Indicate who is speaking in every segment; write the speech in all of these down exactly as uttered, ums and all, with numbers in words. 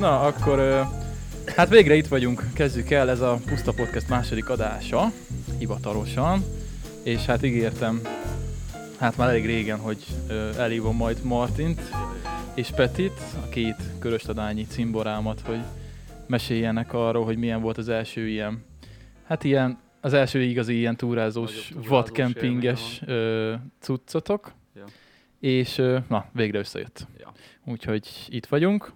Speaker 1: Na, akkor ö, hát végre itt vagyunk, kezdjük el, ez a Puszta Podcast második adása, hivatalosan, és hát ígértem, hát már elég régen, hogy ö, elhívom majd Martint és Petit, a két köröstadányi cimborámat, hogy meséljenek arról, hogy milyen volt az első ilyen, hát ilyen, az első igazi ilyen túrázós, vadkempinges ö, cuccotok, ja. És ö, na, végre összejött. Ja. Úgyhogy itt vagyunk.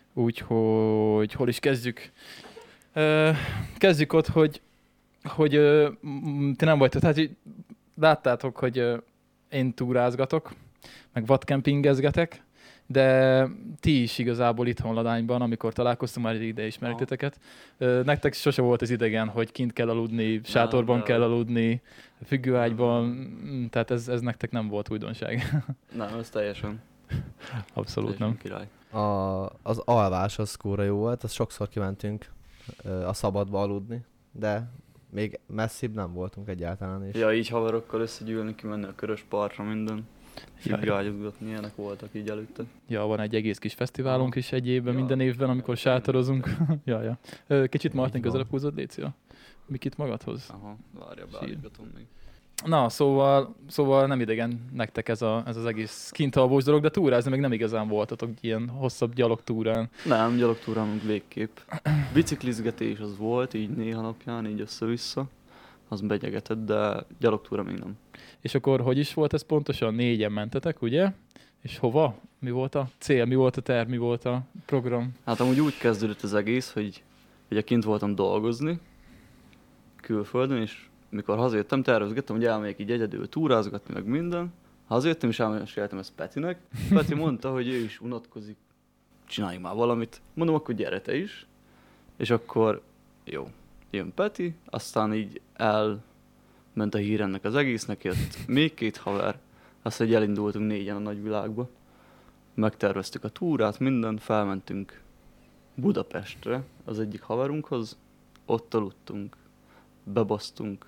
Speaker 1: Úgyhogy hol is kezdjük? Uh, kezdjük ott, hogy, hogy uh, ti nem vagytok, tehát láttátok, hogy uh, én túrázgatok, meg vadkempingezgetek, de ti is igazából itthon Ladányban, amikor találkoztunk, már ide ismerek titeket. Uh, nektek sose volt az idegen, hogy kint kell aludni, sátorban nem, kell aludni, függőágyban, tehát ez, ez nektek nem volt újdonság.
Speaker 2: Nem, ez teljesen.
Speaker 1: Abszolút teljesen nem.
Speaker 2: Király.
Speaker 3: A, az alvás az kúra jó volt, azt sokszor kimentünk a szabadba aludni, de még messzibb nem voltunk egyáltalán is.
Speaker 2: Ja, így haverokkal összegyűlni, kimenni a körös partra, minden. Függőágyazgatni, ilyenek voltak így előtte.
Speaker 1: Ja, van egy egész kis fesztiválunk is egy évben, ja, minden évben, amikor sátorozunk. ja, ja. Kicsit Martin közelebb húzod, Léci, a mikit magadhoz?
Speaker 2: Aha, várja, beállítgatom még.
Speaker 1: Na, szóval, szóval nem idegen nektek ez, a, ez az egész kintalvós dolog, de túrázni még nem igazán voltatok ilyen hosszabb gyalogtúrán.
Speaker 2: Nem, gyalogtúrán végképp. Biciklizgetés az volt, így néha napján, így össze-vissza. Az begyegetett, de gyalogtúra még nem.
Speaker 1: És akkor hogy is volt ez pontosan? Négyen mentetek, ugye? És hova? Mi volt a cél? Mi volt a terv? Mi volt a program?
Speaker 2: Hát amúgy úgy kezdődött az egész, hogy ugye kint voltam dolgozni külföldön, és mikor hazajöttem, tervezgettem, hogy elmegyek így egyedül túrázgatni, meg minden. Hazajöttem, és elmeséltem ezt Petinek. Peti mondta, hogy ő is unatkozik, csináljunk már valamit. Mondom, akkor gyere te is. És akkor jó, jön Peti, aztán így elment a hír ennek az egésznek, jött még két haver, aztán így elindultunk négyen a nagyvilágba. Megterveztük a túrát, minden, felmentünk Budapestre az egyik haverunkhoz, ott aludtunk, bebasztunk.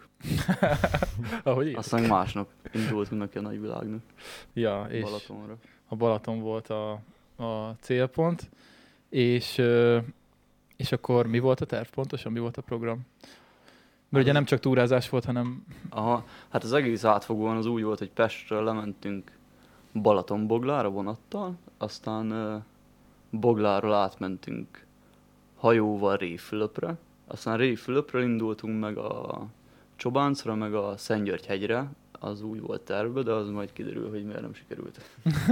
Speaker 2: Aztán másnap indultunk neki a nagyvilágnak.
Speaker 1: Ja, és
Speaker 2: Balatonra.
Speaker 1: A Balaton volt a, a célpont, és, és akkor mi volt a terv pontosan, mi volt a program? Mert ugye nem csak túrázás volt, hanem...
Speaker 2: Aha, hát az egész átfogóan az úgy volt, hogy Pestről lementünk Balatonboglára vonattal, aztán uh, Bogláról átmentünk hajóval Révfülöpre, aztán Révfülöpről indultunk meg a Csobáncra, meg a Szentgyörgy-hegyre, az úgy volt terve, de az majd kiderül, hogy miért nem sikerült.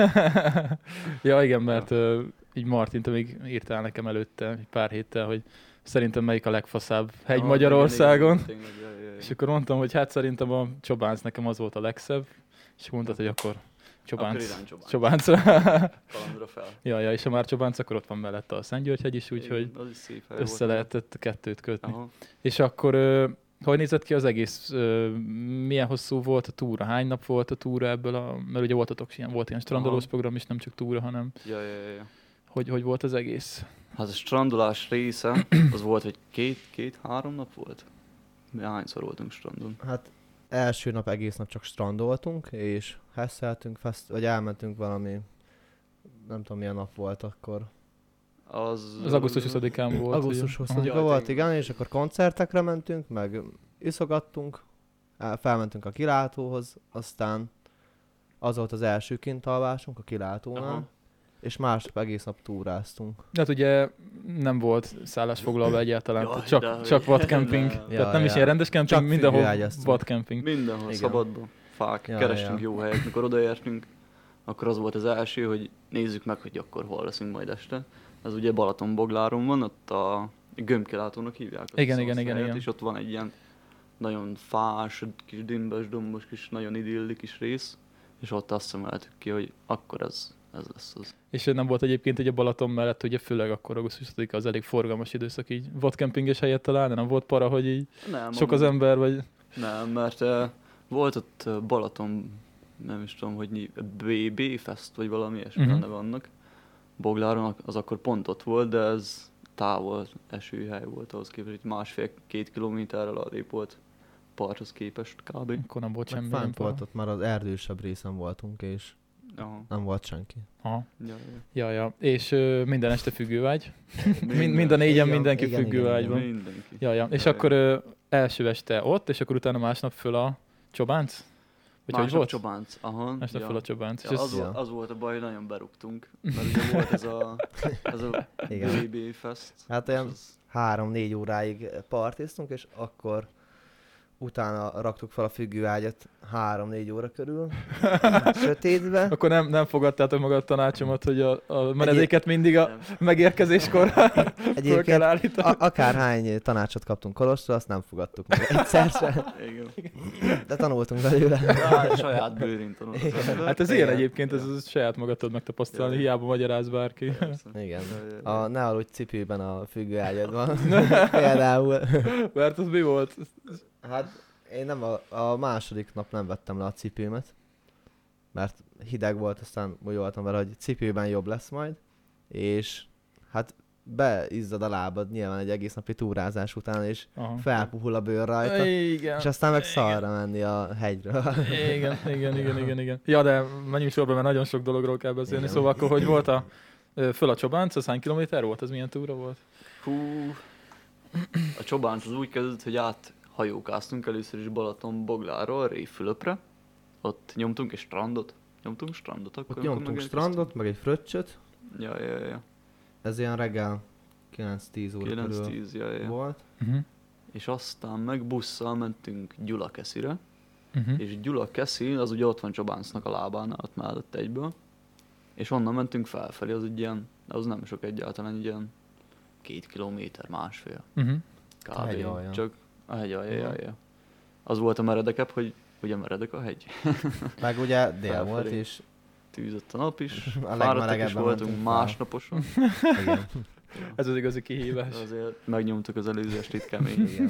Speaker 1: ja igen, mert ja. Uh, így Martin, te még írtál nekem előtte egy pár héttel, hogy szerintem melyik a legfaszább hegy ah, Magyarországon. Igen, igen, igen, igen, igen. És akkor mondtam, hogy hát szerintem a Csobánc nekem az volt a legszebb, és mondtad, hogy akkor Csobánc.
Speaker 2: Akkor
Speaker 1: Csobáncra.
Speaker 2: Kalandra fel.
Speaker 1: ja, ja, és ha már Csobánc, akkor ott van mellette a Szentgyörgy-hegy is, úgyhogy össze lehetett kettőt kötni. Aha. És akkor uh, hogy nézett ki az egész? Uh, milyen hosszú volt a túra? Hány nap volt a túra ebből? A, mert ugye voltatok ilyen, volt ilyen strandolós Aha. program is, nem csak túra, hanem
Speaker 2: ja, ja, ja.
Speaker 1: Hogy, hogy volt az egész?
Speaker 2: Hát a strandolás része, az volt, hogy két, két-három nap volt? Mi hányszor voltunk strandon?
Speaker 3: Hát első nap egész nap csak strandoltunk, és hesszeltünk, fest, vagy elmentünk valami, nem tudom milyen nap volt akkor.
Speaker 2: Az,
Speaker 1: az augusztus huszadikán volt.
Speaker 3: augusztus huszadikán volt, igen, és akkor koncertekre mentünk, meg iszogattunk, felmentünk a kilátóhoz, aztán az volt az első kintalvásunk a kilátónál. Aha. És másnap egész nap túráztunk.
Speaker 1: Hát ugye nem volt szállásfoglalva egyáltalán, Jaj, csak, de, csak vadkemping. Ne. Tehát ja, nem ja. is ilyen rendes kemping, csak mindenhol vadkemping.
Speaker 2: Mindenhol Igen. szabadban, fák, ja, kerestünk ja. jó helyet. Mikor odaértünk, akkor az volt az első, hogy nézzük meg, hogy akkor hol leszünk majd este. Az ugye Balatonbogláron van, ott a gömbkilátónak hívják.
Speaker 1: Igen, igen, igen, igen.
Speaker 2: És ott van egy ilyen nagyon fás, kis dimbes, dombos, kis nagyon idilli kis rész. És ott azt szemeltük ki, hogy akkor ez... Ez lesz az.
Speaker 1: És nem volt egyébként egy a Balaton mellett, ugye főleg akkor augusztus huszadika az elég forgalmas időszak, így vadkempinges helyet találni, nem volt para, hogy így nem, sok az ember, vagy...
Speaker 2: Nem, mert uh, volt ott Balaton, nem is tudom, hogy bé bé Fest, vagy valami ilyesmi uh-huh. neve annak. Bogláron az akkor pont ott volt, de ez távol esőhely volt ahhoz képest, hogy másfél-két kilométerrel arrébb volt parthoz képest kb.
Speaker 1: Akkor nem volt semmi.
Speaker 3: Fent volt ott, már az erdősebb részen voltunk, és
Speaker 2: Aha.
Speaker 3: Nem volt senki.
Speaker 1: Aha.
Speaker 2: Ja, ja.
Speaker 1: Ja, ja. És ö, minden este függőágy.
Speaker 2: Minden.
Speaker 1: Mind, mind a négyen
Speaker 3: Igen,
Speaker 1: mindenki
Speaker 3: igen, igen,
Speaker 1: függőágyban.
Speaker 2: Mindenki.
Speaker 1: Ja, ja. És
Speaker 2: Ja,
Speaker 1: akkor
Speaker 2: ja.
Speaker 1: ö, első este ott, és akkor utána másnap föl a Csobánc? Vagy hogy
Speaker 2: Másnap
Speaker 1: volt?
Speaker 2: Csobánc. Aha.
Speaker 1: Másnap
Speaker 2: ja.
Speaker 1: föl a Csobánc.
Speaker 2: Ja,
Speaker 1: És
Speaker 2: az,
Speaker 1: ez,
Speaker 3: Ja.
Speaker 2: volt, az volt a baj, hogy nagyon berúgtunk. Mert ugye volt ez a, ez a
Speaker 3: Igen.
Speaker 2: bé bé Fest.
Speaker 3: Hát
Speaker 2: és
Speaker 3: olyan
Speaker 2: az-
Speaker 3: három-négy óráig partiztunk, és akkor utána raktuk fel a függőágyat három-négy óra körül, sötétbe.
Speaker 1: akkor nem, nem fogadtátok maga a tanácsomat, hogy a, a menedéket mindig a
Speaker 2: Nem.
Speaker 1: megérkezéskor föl kell
Speaker 3: Egyébként
Speaker 1: állítani.
Speaker 3: a- akárhány tanácsot kaptunk Kolostról, azt nem fogadtuk meg egyszer sem,
Speaker 2: Igen.
Speaker 3: de tanultunk belőle.
Speaker 2: Ja, saját bőrén tanult az
Speaker 3: Igen.
Speaker 2: ember.
Speaker 1: Hát ez ilyen
Speaker 3: Igen.
Speaker 1: egyébként, ez, ez saját magad tudod megtapasztalni,
Speaker 2: Ja.
Speaker 1: hiába magyaráz bárki.
Speaker 2: Persze.
Speaker 3: Igen.
Speaker 2: Ja, ja, ja.
Speaker 3: A ne aludj cipőben a függőágyadban. Például.
Speaker 1: Mert az mi volt?
Speaker 3: Hát én nem a, a második nap nem vettem le a cipőmet, mert hideg volt, aztán úgy voltam vele, hogy cipőben jobb lesz majd, és hát beizzad a lábad nyilván egy egész napi túrázás után, és
Speaker 1: Aha.
Speaker 3: felpuhul a bőr rajta,
Speaker 1: Igen.
Speaker 3: és aztán meg
Speaker 1: Igen.
Speaker 3: szarra menni a hegyről.
Speaker 1: Igen, igen, igen, igen, igen. Ja, de menjünk sorba, mert nagyon sok dologról kell beszélni.
Speaker 3: Igen.
Speaker 1: Szóval akkor, hogy volt a ö, föl a Csobánc, az hány kilométer volt? Ez milyen túra volt?
Speaker 2: Hú, a Csobánc az úgy kezdődött, hogy áthajókáztunk először is Balaton Bogláról Révfülöpre. Ott nyomtunk egy strandot. Nyomtunk strandot akkor?
Speaker 3: Ott
Speaker 2: amikor
Speaker 3: nyomtunk
Speaker 2: megérkeztünk?
Speaker 3: strandot, meg egy fröccsöt,
Speaker 2: Ja, ja, ja.
Speaker 3: ez ilyen reggel kilenc-tíz óra körül
Speaker 2: kilenc-tíz, ja, ja.
Speaker 3: volt.
Speaker 1: Uh-huh.
Speaker 2: És aztán meg busszal mentünk Gyulakeszire.
Speaker 1: Uh-huh.
Speaker 2: És Gyulakeszi, az ugye ott van Csobáncnak a lábánál, ott mellett egyből. És onnan mentünk felfelé, az egy ilyen, az nem sok egyáltalán, egy ilyen két kilométer, másfél.
Speaker 1: Uh-huh.
Speaker 2: Kb.
Speaker 3: A hegy alja.
Speaker 2: Csak a hegy alja, ja,
Speaker 3: Mhm.
Speaker 2: ja. Az volt a meredekebb, hogy ugye meredek a hegy.
Speaker 3: Meg ugye dél
Speaker 2: Felfelé.
Speaker 3: volt, és
Speaker 2: Tűzött a nap is,
Speaker 3: A
Speaker 2: fáradtak is
Speaker 3: legmelegebben
Speaker 2: voltunk
Speaker 3: mentünk fel.
Speaker 2: másnaposan.
Speaker 3: igen.
Speaker 1: Ez az igazi kihívás.
Speaker 2: Azért megnyomtuk az előző estét kemény.
Speaker 3: igen.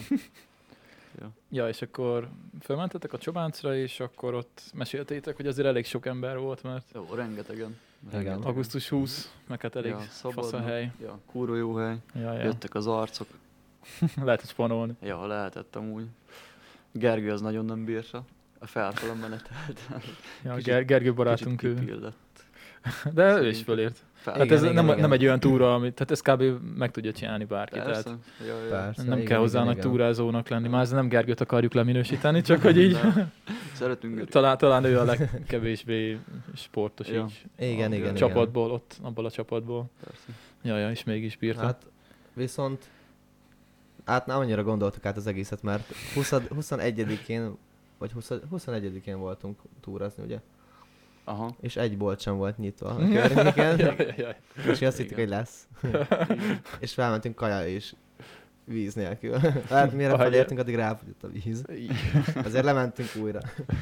Speaker 1: Ja, és akkor fölmentetek a Csobáncra, és akkor ott meséltétek, hogy azért elég sok ember volt, mert
Speaker 2: Jó, rengetegen.
Speaker 3: Igen.
Speaker 1: augusztus huszadika, meg hát elég
Speaker 2: Ja,
Speaker 1: fasz
Speaker 2: szabad
Speaker 1: a
Speaker 2: nap.
Speaker 1: hely.
Speaker 2: Ja, kurva jó hely.
Speaker 1: Ja, ja.
Speaker 2: Jöttek az arcok.
Speaker 1: Lehetett spanolni.
Speaker 2: Ja, lehetett amúgy. Gergő az nagyon nem bírta. A felfelem menetelt.
Speaker 1: Ja,
Speaker 2: Kicsit-
Speaker 1: Ger- Gergő barátunk
Speaker 2: Kicsit
Speaker 1: ő.
Speaker 2: kipillett.
Speaker 1: De ő is
Speaker 2: Szerintem.
Speaker 1: fölért.
Speaker 2: Fel.
Speaker 1: Hát
Speaker 3: Igen,
Speaker 1: ez
Speaker 3: igen,
Speaker 1: nem,
Speaker 3: igen.
Speaker 1: nem egy olyan túra, amit, tehát ezt kb. Meg tudja csinálni bárki.
Speaker 2: Persze.
Speaker 1: Tehát
Speaker 2: Ja, ja.
Speaker 3: Persze,
Speaker 1: nem
Speaker 3: igen,
Speaker 1: kell hozzá
Speaker 3: igen,
Speaker 1: nagy
Speaker 3: igen.
Speaker 1: túrázónak lenni. Már ezzel nem Gergőt akarjuk leminősíteni, csak hogy így
Speaker 2: De Szeretünk Gergőt.
Speaker 1: talán, talán ő a legkevésbé sportos
Speaker 2: Ja.
Speaker 1: így
Speaker 3: Igen,
Speaker 2: A
Speaker 3: igen, igen.
Speaker 1: csapatból, ott, abból a csapatból.
Speaker 2: Persze.
Speaker 1: Ja, ja, és mégis bírta.
Speaker 3: Hát viszont hát nem annyira gondoltuk át az egészet, mert húsz huszonegyedikén vagy húsz huszonegyedikén voltunk túrázni, ugye?
Speaker 2: Aha.
Speaker 3: És egy bolt sem volt nyitva a környéken,
Speaker 1: ja, ja, ja.
Speaker 3: és azt hittük,
Speaker 2: Igen.
Speaker 3: hogy lesz. És felmentünk kaja és víz nélkül. Hát mire
Speaker 1: A hegyen.
Speaker 3: felértünk, addig ráfogyott a víz.
Speaker 1: Így.
Speaker 3: Azért lementünk újra.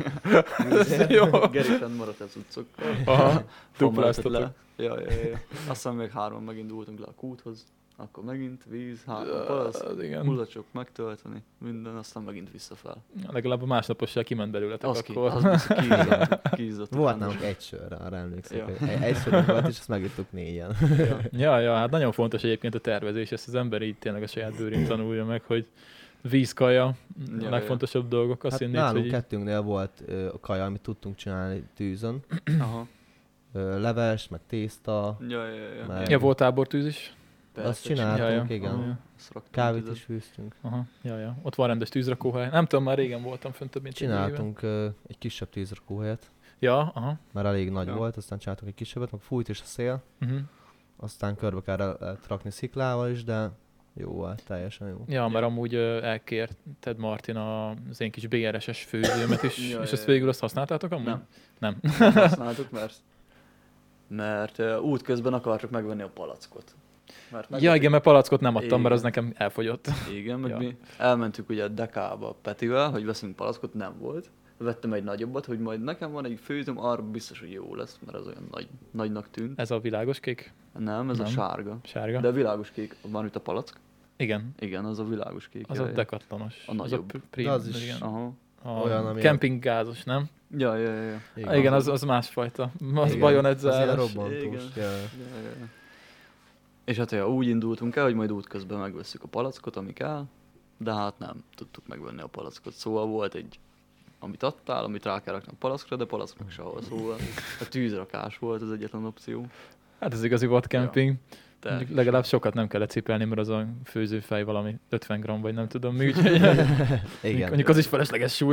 Speaker 1: Ez jó.
Speaker 2: Geri fenn maradt a cuccok.
Speaker 1: Aha,
Speaker 2: Fa
Speaker 1: dupláztatok.
Speaker 2: mellett le. Ja, ja, ja. Aztán még hárman megindultunk le a kúthoz. Akkor megint víz, három palasz,
Speaker 1: Az igen.
Speaker 2: kullacsok megtölteni, minden, aztán megint visszafel.
Speaker 1: Legalább a másnapossal kiment belőletek
Speaker 2: Az ki,
Speaker 1: akkor.
Speaker 2: az biztos kiizzott. kiizzott
Speaker 3: Volt
Speaker 2: utána.
Speaker 3: nálunk egy sör, arra emlékszem.
Speaker 2: Ja.
Speaker 3: hogy Egy, egy sörünk volt, és azt megittuk négyen.
Speaker 2: Ja.
Speaker 1: Ja, ja, hát nagyon fontos egyébként a tervezés, ezt az ember így tényleg a saját bőrén tanulja meg, hogy víz, kaja, a
Speaker 2: ja.
Speaker 1: legfontosabb dolgok, azt
Speaker 3: Hát
Speaker 1: hinnéd,
Speaker 3: nálunk
Speaker 1: hogy így...
Speaker 3: kettőnknél volt ö, kaja, amit tudtunk csinálni tűzön.
Speaker 2: Aha.
Speaker 3: Ö, leves, meg tészta,
Speaker 2: Ja, ja, ja.
Speaker 3: Meg-
Speaker 1: Ja, volt tábortűz is?
Speaker 2: Persze,
Speaker 3: azt csináltunk,
Speaker 1: Ja, ja.
Speaker 3: igen.
Speaker 1: Aha.
Speaker 2: Azt raktunk
Speaker 3: Kávét
Speaker 2: tüzet.
Speaker 3: is fűztünk.
Speaker 1: Aha, ja, ja. Ott van rendes tűzrakóhely. Nem tudom, már régen voltam fönt több mint egy éve.
Speaker 3: Csináltunk ö, egy kisebb tűzrakóhelyet,
Speaker 1: Ja, aha.
Speaker 3: mert elég nagy
Speaker 2: Ja.
Speaker 3: volt, aztán csináltunk egy kisebbet, meg fújt is a szél,
Speaker 1: Uh-huh.
Speaker 3: aztán körbe kell lehet rakni sziklával is, de jó volt, teljesen jó.
Speaker 1: Ja, mert amúgy ö, elkérted Martin az én kis bé er es-es főzőmet is,
Speaker 2: Ja,
Speaker 1: és
Speaker 2: ja,
Speaker 1: azt
Speaker 2: ja.
Speaker 1: végül azt használtátok amúgy?
Speaker 2: Nem.
Speaker 1: Nem.
Speaker 2: Nem használtuk, mert, mert uh, útközben akartuk megvenni a palackot. Mert
Speaker 1: Ja, igen, mert palackot nem adtam,
Speaker 2: Igen.
Speaker 1: mert az nekem elfogyott.
Speaker 2: Igen, meg
Speaker 1: Ja.
Speaker 2: mi elmentünk ugye a Dekába Petivel, hogy veszünk palackot, nem volt. Vettem egy nagyobbat, hogy majd nekem van egy főzöm, arra biztos, hogy jó lesz, mert az olyan nagy, nagynak tűnt.
Speaker 1: Ez a világos kék?
Speaker 2: Nem, ez
Speaker 1: Nem.
Speaker 2: a sárga.
Speaker 1: Sárga?
Speaker 2: De a világos kék, van itt a palack?
Speaker 1: Igen,
Speaker 2: Igen, az a világos kék.
Speaker 1: az
Speaker 2: ja,
Speaker 1: a
Speaker 2: ja.
Speaker 1: dekatlanos.
Speaker 2: A nagyobb.
Speaker 1: Az a prim,
Speaker 3: De az is-
Speaker 1: igen.
Speaker 2: Aha.
Speaker 1: A
Speaker 3: olyan, ami a-
Speaker 1: kempinggázos, nem?
Speaker 2: Ja, ja, ja. ja.
Speaker 1: Igen, igen az, az másfajta. Az
Speaker 3: Igen,
Speaker 1: bajonetzáros.
Speaker 3: az ilyen robbantós.
Speaker 2: Igen.
Speaker 3: Ja.
Speaker 2: Ja, ja, ja. És hát ja, úgy indultunk el, hogy majd útközben megvesszük a palackot, ami kell, de hát nem tudtuk megvenni a palackot. Szóval volt egy amit adtál, amit rá kell rakni a palackra, de palacknak sehol, szóval a tűzrakás volt az egyetlen opció.
Speaker 1: Hát ez igazi vadcamping.
Speaker 2: Ja.
Speaker 1: Mondjuk legalább sokat nem kellett cipelni, mert az a főzőfej valami ötven gramm, vagy nem tudom mi, úgyhogy
Speaker 3: Igen.
Speaker 1: mondjuk az is felesleges súly.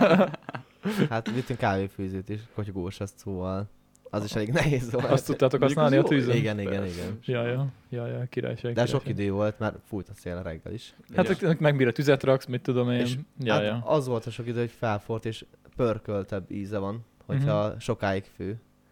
Speaker 3: Hát vittünk kávéfőzőt is, kotyogós azt, szóval az is elég nehéz volt.
Speaker 1: Azt tudtátok
Speaker 2: Mondjuk
Speaker 1: használni a
Speaker 2: az jó.
Speaker 1: tűzön?
Speaker 3: Igen, igen,
Speaker 2: Persze.
Speaker 3: igen.
Speaker 1: Ja, ja, ja, ja, királyság.
Speaker 3: De sok
Speaker 1: királyság.
Speaker 3: idő volt, mert fújt a szél reggel is.
Speaker 1: Hát
Speaker 2: Ja.
Speaker 1: meg mire tüzet raksz, mit tudom én.
Speaker 3: És
Speaker 1: Ja,
Speaker 3: hát
Speaker 1: ja.
Speaker 3: az volt a sok idő, hogy felfort és pörköltebb íze van, hogyha
Speaker 1: Mhm.
Speaker 3: sokáig fő.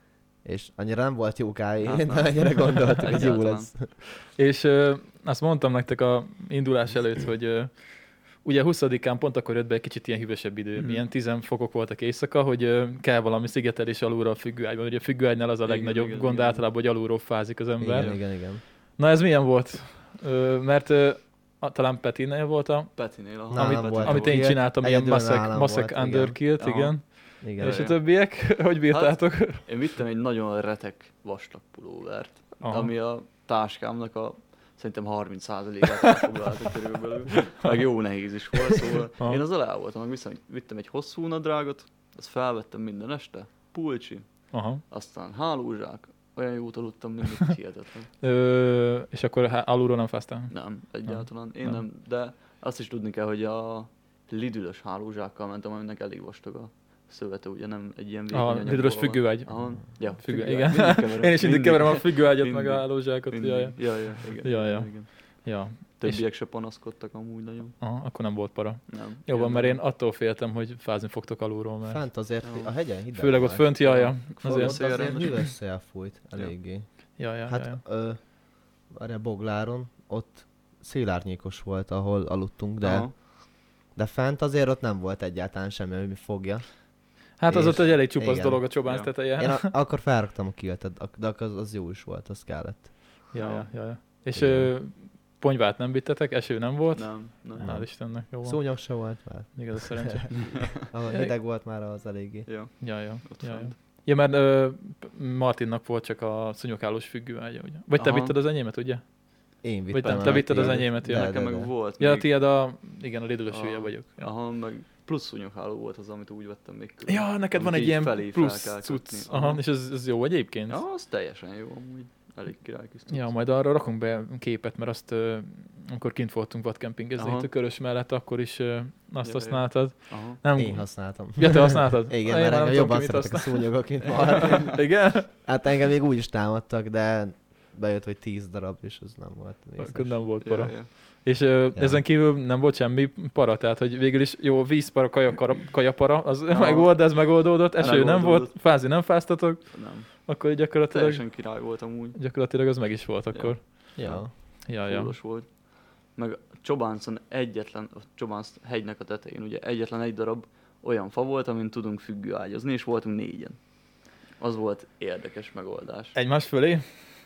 Speaker 3: És annyira nem volt jó kávé,
Speaker 2: Hát
Speaker 3: de
Speaker 2: nem.
Speaker 3: annyira gondoltuk, hogy jó
Speaker 2: Egyáltalán.
Speaker 3: lesz.
Speaker 1: És ö, azt mondtam nektek a indulás előtt, hogy ö, ugye huszadikán pont akkor jött be egy kicsit ilyen hűvösebb idő,
Speaker 2: Mhm.
Speaker 1: milyen tíz fokok voltak éjszaka, hogy ö, kell valami szigetelés alulról a függőágyban. Ugye a függőágynál az a
Speaker 2: Igen,
Speaker 1: legnagyobb
Speaker 2: igen,
Speaker 1: gond
Speaker 2: igen.
Speaker 1: általában, hogy alulról fázik az ember.
Speaker 3: Igen, igen, igen.
Speaker 1: Na ez milyen volt? Ö, mert ö, a, talán Petinél volt a,
Speaker 2: Petinél, aha.
Speaker 3: Nálam
Speaker 1: amit,
Speaker 3: volt
Speaker 1: amit
Speaker 3: a
Speaker 1: én
Speaker 3: kilt,
Speaker 1: csináltam, ilyen
Speaker 3: egyedül
Speaker 1: Masek,
Speaker 3: nálam
Speaker 1: Masek
Speaker 3: volt,
Speaker 1: Underkilt,
Speaker 2: igen.
Speaker 1: igen.
Speaker 3: Igen.
Speaker 1: És a
Speaker 2: Ja.
Speaker 1: többiek, hogy bírtátok?
Speaker 2: Én vittem egy nagyon retek vastag pulóvert,
Speaker 1: Aha.
Speaker 2: ami a táskámnak a szerintem harminc százalékát elfoglalta körülbelül. Meg jó nehéz is volt, szóval
Speaker 1: Aha.
Speaker 2: én az alá voltam, meg viszont vittem egy hosszú nadrágot, azt felvettem minden este, pulcsi,
Speaker 1: Aha.
Speaker 2: aztán hálózsák, olyan jót aludtam, mindig hihetetlen.
Speaker 1: Ö, és akkor há- alulról nem fáztál?
Speaker 2: Nem, egyáltalán, én
Speaker 1: Nem.
Speaker 2: nem, de azt is tudni kell, hogy a Lidl-ös hálózsákkal mentem, aminek elég vastag a szövete, ugye nem egy ilyen vékony
Speaker 1: A
Speaker 2: anyagból
Speaker 1: Lidl-ös
Speaker 2: van.
Speaker 1: függőágy.
Speaker 2: Aha, ja,
Speaker 1: Függő,
Speaker 2: függőágy.
Speaker 1: igen.
Speaker 2: Mindig keverem,
Speaker 1: Én is mindig keverem a függőágyat meg
Speaker 2: Mindig.
Speaker 1: a hálózsákot.
Speaker 2: mindig.
Speaker 1: Ja, ja.
Speaker 2: Ja, ja, igen.
Speaker 1: Ja, ja.
Speaker 2: igen.
Speaker 1: ja.
Speaker 2: Többiek se panaszkodtak amúgy nagyon.
Speaker 1: Aha, akkor nem volt para.
Speaker 2: Nem.
Speaker 1: Jó van,
Speaker 2: Én
Speaker 1: mert
Speaker 2: nem.
Speaker 1: én attól féltem, hogy fázni fogtok alulról, mert
Speaker 3: Fent azért
Speaker 2: Jó.
Speaker 3: a hegyen hideg
Speaker 1: főleg ott
Speaker 3: volt.
Speaker 1: fönt, jaja.
Speaker 2: Forró
Speaker 1: Azért.
Speaker 2: szél.
Speaker 3: Ott azért
Speaker 2: rendes.
Speaker 3: hűvös szél fújt eléggé.
Speaker 1: Ja, ja,
Speaker 3: Hát,
Speaker 1: ja, ja.
Speaker 3: ö, várjál, Bogláron, ott szélárnyékos volt, ahol aludtunk, de,
Speaker 2: Aha.
Speaker 3: de fent azért ott nem volt egyáltalán semmi, ami fogja.
Speaker 1: Hát az
Speaker 3: és-
Speaker 1: ott egy elég csupasz
Speaker 3: igen.
Speaker 1: dolog a csobánsz
Speaker 2: Ja.
Speaker 1: teteje.
Speaker 3: Én a, akkor felraktam a kiltet, ak- de akkor az, az jó is volt, az kellett.
Speaker 1: Ja, ja, ja, ja. És
Speaker 3: Igen.
Speaker 1: ö, ponyvát nem vittetek, eső nem volt.
Speaker 2: Nem, nem.
Speaker 3: Nem.
Speaker 1: Hál' Istennek, jó van.
Speaker 3: Szúnyog se volt már.
Speaker 1: Igaz, a szerencsé.
Speaker 3: Ahol
Speaker 1: Ja,
Speaker 3: hideg volt már az eléggé.
Speaker 2: Ja,
Speaker 1: Ja, ja.
Speaker 2: ott
Speaker 1: ja, ja.
Speaker 2: fent.
Speaker 1: Ja, mert ö, Martinnak volt csak a szúnyogálós függőágya, ugye? Vagy te
Speaker 2: Aha.
Speaker 1: vitted az enyémet, ugye?
Speaker 3: Én
Speaker 1: Vagy
Speaker 3: vittem
Speaker 1: te,
Speaker 3: el
Speaker 1: te
Speaker 3: a
Speaker 1: vitted az
Speaker 3: tiédet.
Speaker 1: enyémet, ja.
Speaker 3: De,
Speaker 2: Nekem
Speaker 3: de,
Speaker 2: meg
Speaker 3: de.
Speaker 2: volt
Speaker 1: Ja, a
Speaker 2: még,
Speaker 1: tiéd a... Igen, a Lidl-ös
Speaker 2: Ah.
Speaker 1: hülye vagyok. Ja.
Speaker 2: aha, meg plusz szúnyogháló volt az, amit úgy vettem még külön.
Speaker 1: Ja, neked van
Speaker 2: Amit
Speaker 1: egy
Speaker 2: így
Speaker 1: ilyen
Speaker 2: felé fel
Speaker 1: plusz
Speaker 2: kell
Speaker 1: cucc.
Speaker 2: kötni.
Speaker 1: Aha, és ez, ez jó egyébként?
Speaker 2: Ja, az teljesen jó amúgy. Elég király kis cucc.
Speaker 1: Ja, majd arra rakunk be képet, mert azt, ö, amikor kint voltunk vadkempingezni
Speaker 2: Aha.
Speaker 1: itt a Körös mellett, akkor is ö, azt
Speaker 2: Ja,
Speaker 1: használtad.
Speaker 2: Aha.
Speaker 1: Nem,
Speaker 3: Én használtam.
Speaker 1: Ja, te használtad?
Speaker 3: Igen,
Speaker 1: Ah, én
Speaker 3: mert
Speaker 1: már nem
Speaker 3: engem
Speaker 1: tudom,
Speaker 3: jobban
Speaker 1: ki mit
Speaker 3: szeretek a
Speaker 1: használ.
Speaker 3: szúnyogok, mint Martin.
Speaker 1: Igen?
Speaker 3: Hát engem még úgy is támadtak, de bejött, hogy tíz darab, és az nem volt.
Speaker 1: Akkor
Speaker 3: vészes.
Speaker 1: nem volt
Speaker 2: Ja,
Speaker 1: para.
Speaker 2: ja.
Speaker 1: És ö, ezen kívül nem volt semmi para, tehát hogy végül is jó, vízpara, kajapara, kajapara az
Speaker 2: Aha.
Speaker 1: meg volt, de ez megoldódott, eső nem
Speaker 2: Megoldódott.
Speaker 1: volt, fázni nem fáztatok,
Speaker 2: Nem.
Speaker 1: akkor gyakorlatilag,
Speaker 2: Teljesen király volt amúgy.
Speaker 1: gyakorlatilag az meg is volt akkor.
Speaker 3: Ja.
Speaker 1: Ja, ja.
Speaker 2: Fullos volt. Meg a Csobáncon egyetlen, a Csobánc hegynek a tetején ugye egyetlen egy darab olyan fa volt, amin tudunk függőágyazni, és voltunk négyen. Az volt érdekes megoldás.
Speaker 1: Egymás fölé?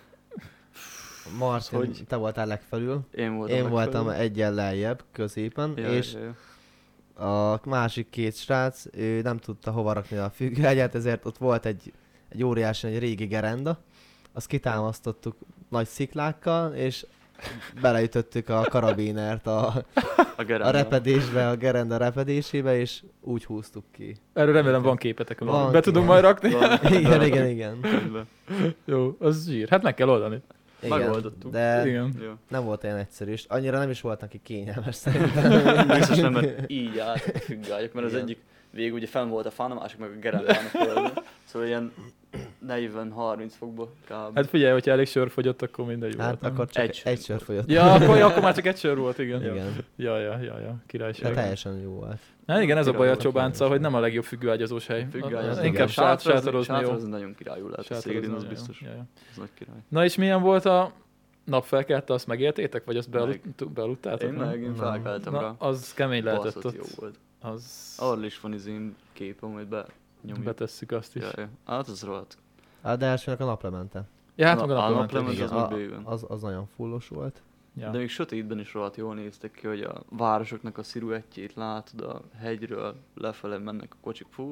Speaker 3: Martin,
Speaker 2: Hogy-
Speaker 3: te voltál legfelül.
Speaker 2: Én voltam
Speaker 3: Én
Speaker 2: legfelül.
Speaker 3: voltam egyen lejjebb, középen,
Speaker 2: Ja,
Speaker 3: és
Speaker 2: ja, ja.
Speaker 3: a másik két srác, ő nem tudta hova rakni a függőágyát, ezért ott volt egy, egy óriási, egy régi gerenda, azt kitámasztottuk nagy sziklákkal, és beleütöttük a karabinert a,
Speaker 2: A,
Speaker 3: a
Speaker 2: gerenda.
Speaker 3: repedésbe, a gerenda repedésébe, és úgy húztuk ki.
Speaker 1: Erről remélem van képetek,
Speaker 3: Van
Speaker 1: be
Speaker 3: kép.
Speaker 1: tudunk majd rakni.
Speaker 2: Van.
Speaker 3: Igen, igen, igen.
Speaker 2: Rendben.
Speaker 1: Jó, az zsír. Hát meg kell oldani.
Speaker 3: igen.
Speaker 2: Megoldottuk.
Speaker 3: De
Speaker 1: Igen.
Speaker 2: Jó.
Speaker 3: nem volt olyan egyszerű, és annyira nem is volt neki kényelmes szerintem.
Speaker 2: Biztos nem, mert így állt a függőágyak, mert az
Speaker 3: Igen.
Speaker 2: egyik végig ugye fenn volt a fán, a másik meg a gerendán a földön. Szóval ilyen negyven-harminc fokba kb.
Speaker 1: Hát figyelj, hogyha elég sör fogyott, akkor mindegy volt.
Speaker 3: Hát
Speaker 1: nem?
Speaker 3: akkor csak
Speaker 2: Egy
Speaker 3: egy,
Speaker 2: sör
Speaker 3: egy sör folyott.
Speaker 1: Ja, akkor, akkor már csak egy sör volt, igen.
Speaker 3: Igen.
Speaker 1: Ja, ja, ja, ja,
Speaker 3: De
Speaker 1: királyság.
Speaker 3: teljesen jó volt.
Speaker 1: Hát igen, ez a baj a
Speaker 2: Király volt.
Speaker 1: csobánccal, hogy nem a legjobb függőágyazós hely.
Speaker 2: Függőágyazó.
Speaker 1: Az- Inkább
Speaker 3: Igen.
Speaker 1: sát,
Speaker 2: Sátrazni-
Speaker 1: sátorozni jó.
Speaker 2: sátrazni nagyon királyul lehet. A
Speaker 1: Sátrazni
Speaker 2: Szélin az
Speaker 1: nagyon jó.
Speaker 2: biztos.
Speaker 1: Ja, ja.
Speaker 2: Az nagy király.
Speaker 1: Na és milyen volt a napfelkelt, azt megéltétek? Vagy azt
Speaker 2: Meg.
Speaker 1: bealudt- bealudtátok?
Speaker 2: Én
Speaker 1: nem?
Speaker 2: meg, én
Speaker 3: Nem.
Speaker 2: felkeltem
Speaker 1: Na,
Speaker 2: rá.
Speaker 1: az kemény lehetett
Speaker 2: Baszott jó
Speaker 1: ott.
Speaker 2: volt.
Speaker 1: Az...
Speaker 2: Arra is van izén képem, hogy be nyomjuk.
Speaker 1: Betesszük azt is.
Speaker 2: Ja, ja. Hát az rohadt.
Speaker 3: Hát de elsőnek a naplemente.
Speaker 1: Ja, hát
Speaker 2: Na,
Speaker 1: maga
Speaker 2: a
Speaker 1: naplemente.
Speaker 2: naplement
Speaker 1: igen.
Speaker 2: az
Speaker 3: a,
Speaker 2: meg bőven.
Speaker 3: az, az nagyon fullos volt.
Speaker 1: Ja.
Speaker 2: De még sötétben is rohadt jól néztek ki, hogy a városoknak a sziluettjét látod a hegyről, lefele mennek a kocsik. Fú,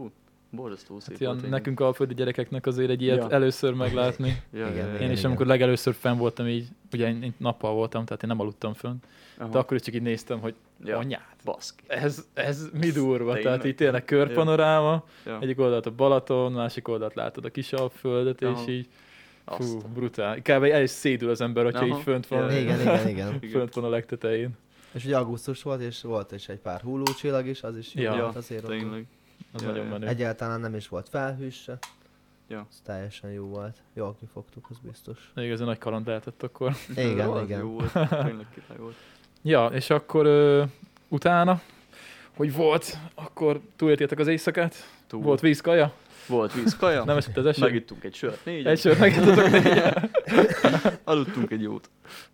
Speaker 2: Borzasztó szép
Speaker 1: Hát ilyen,
Speaker 2: volt. tényleg.
Speaker 1: nekünk alföldi gyerekeknek azért egy ilyet
Speaker 2: Ja.
Speaker 1: először meglátni.
Speaker 2: Ja,
Speaker 3: Igen,
Speaker 2: ja, ja.
Speaker 1: Én
Speaker 3: igen.
Speaker 1: is, amikor legelőször fenn voltam így, ugye én, én nappal voltam, tehát én nem aludtam fönn,
Speaker 2: Aha.
Speaker 1: de akkor is csak így néztem, hogy
Speaker 2: ja.
Speaker 1: anyát,
Speaker 2: Baszki.
Speaker 1: ez, ez mi durva,
Speaker 2: Tényleg?
Speaker 1: tehát így tényleg körpanoráma,
Speaker 2: Ja.
Speaker 1: egyik oldalt a Balaton, másik oldalt látod a Kisalföldet, és
Speaker 2: Aha.
Speaker 1: így, fú,
Speaker 2: Azt.
Speaker 1: brutál. Kb. El is szédül az ember, hogyha
Speaker 2: Aha.
Speaker 1: így fönt van,
Speaker 2: Ja,
Speaker 3: Igen, igen, igen.
Speaker 1: fönt van a legtetején.
Speaker 3: És ugye augusztus volt, és volt is egy pár hullócsillag is, az is jó
Speaker 1: Ja.
Speaker 3: volt azért. ott.
Speaker 2: Tényleg.
Speaker 1: Az
Speaker 2: Ja,
Speaker 1: nagyon
Speaker 2: ja.
Speaker 1: menő.
Speaker 3: Egyáltalán nem is volt felhős se.
Speaker 2: Ja.
Speaker 3: Ez teljesen jó volt. Jól kifogtuk, az biztos.
Speaker 1: Még ez a nagy kaland lehetett akkor.
Speaker 3: Igen,
Speaker 2: Az
Speaker 3: igen.
Speaker 2: Jó volt. Tényleg király volt.
Speaker 1: Ja, és akkor ö, utána, hogy volt, akkor túléltétek az éjszakát?
Speaker 2: Túl.
Speaker 1: Volt vízkaja?
Speaker 2: Volt vízkaja.
Speaker 1: Nem esett az eső?
Speaker 2: Megittunk egy sört, négy.
Speaker 1: Egy sört megittatok négyen?
Speaker 2: Aludtunk egy jót.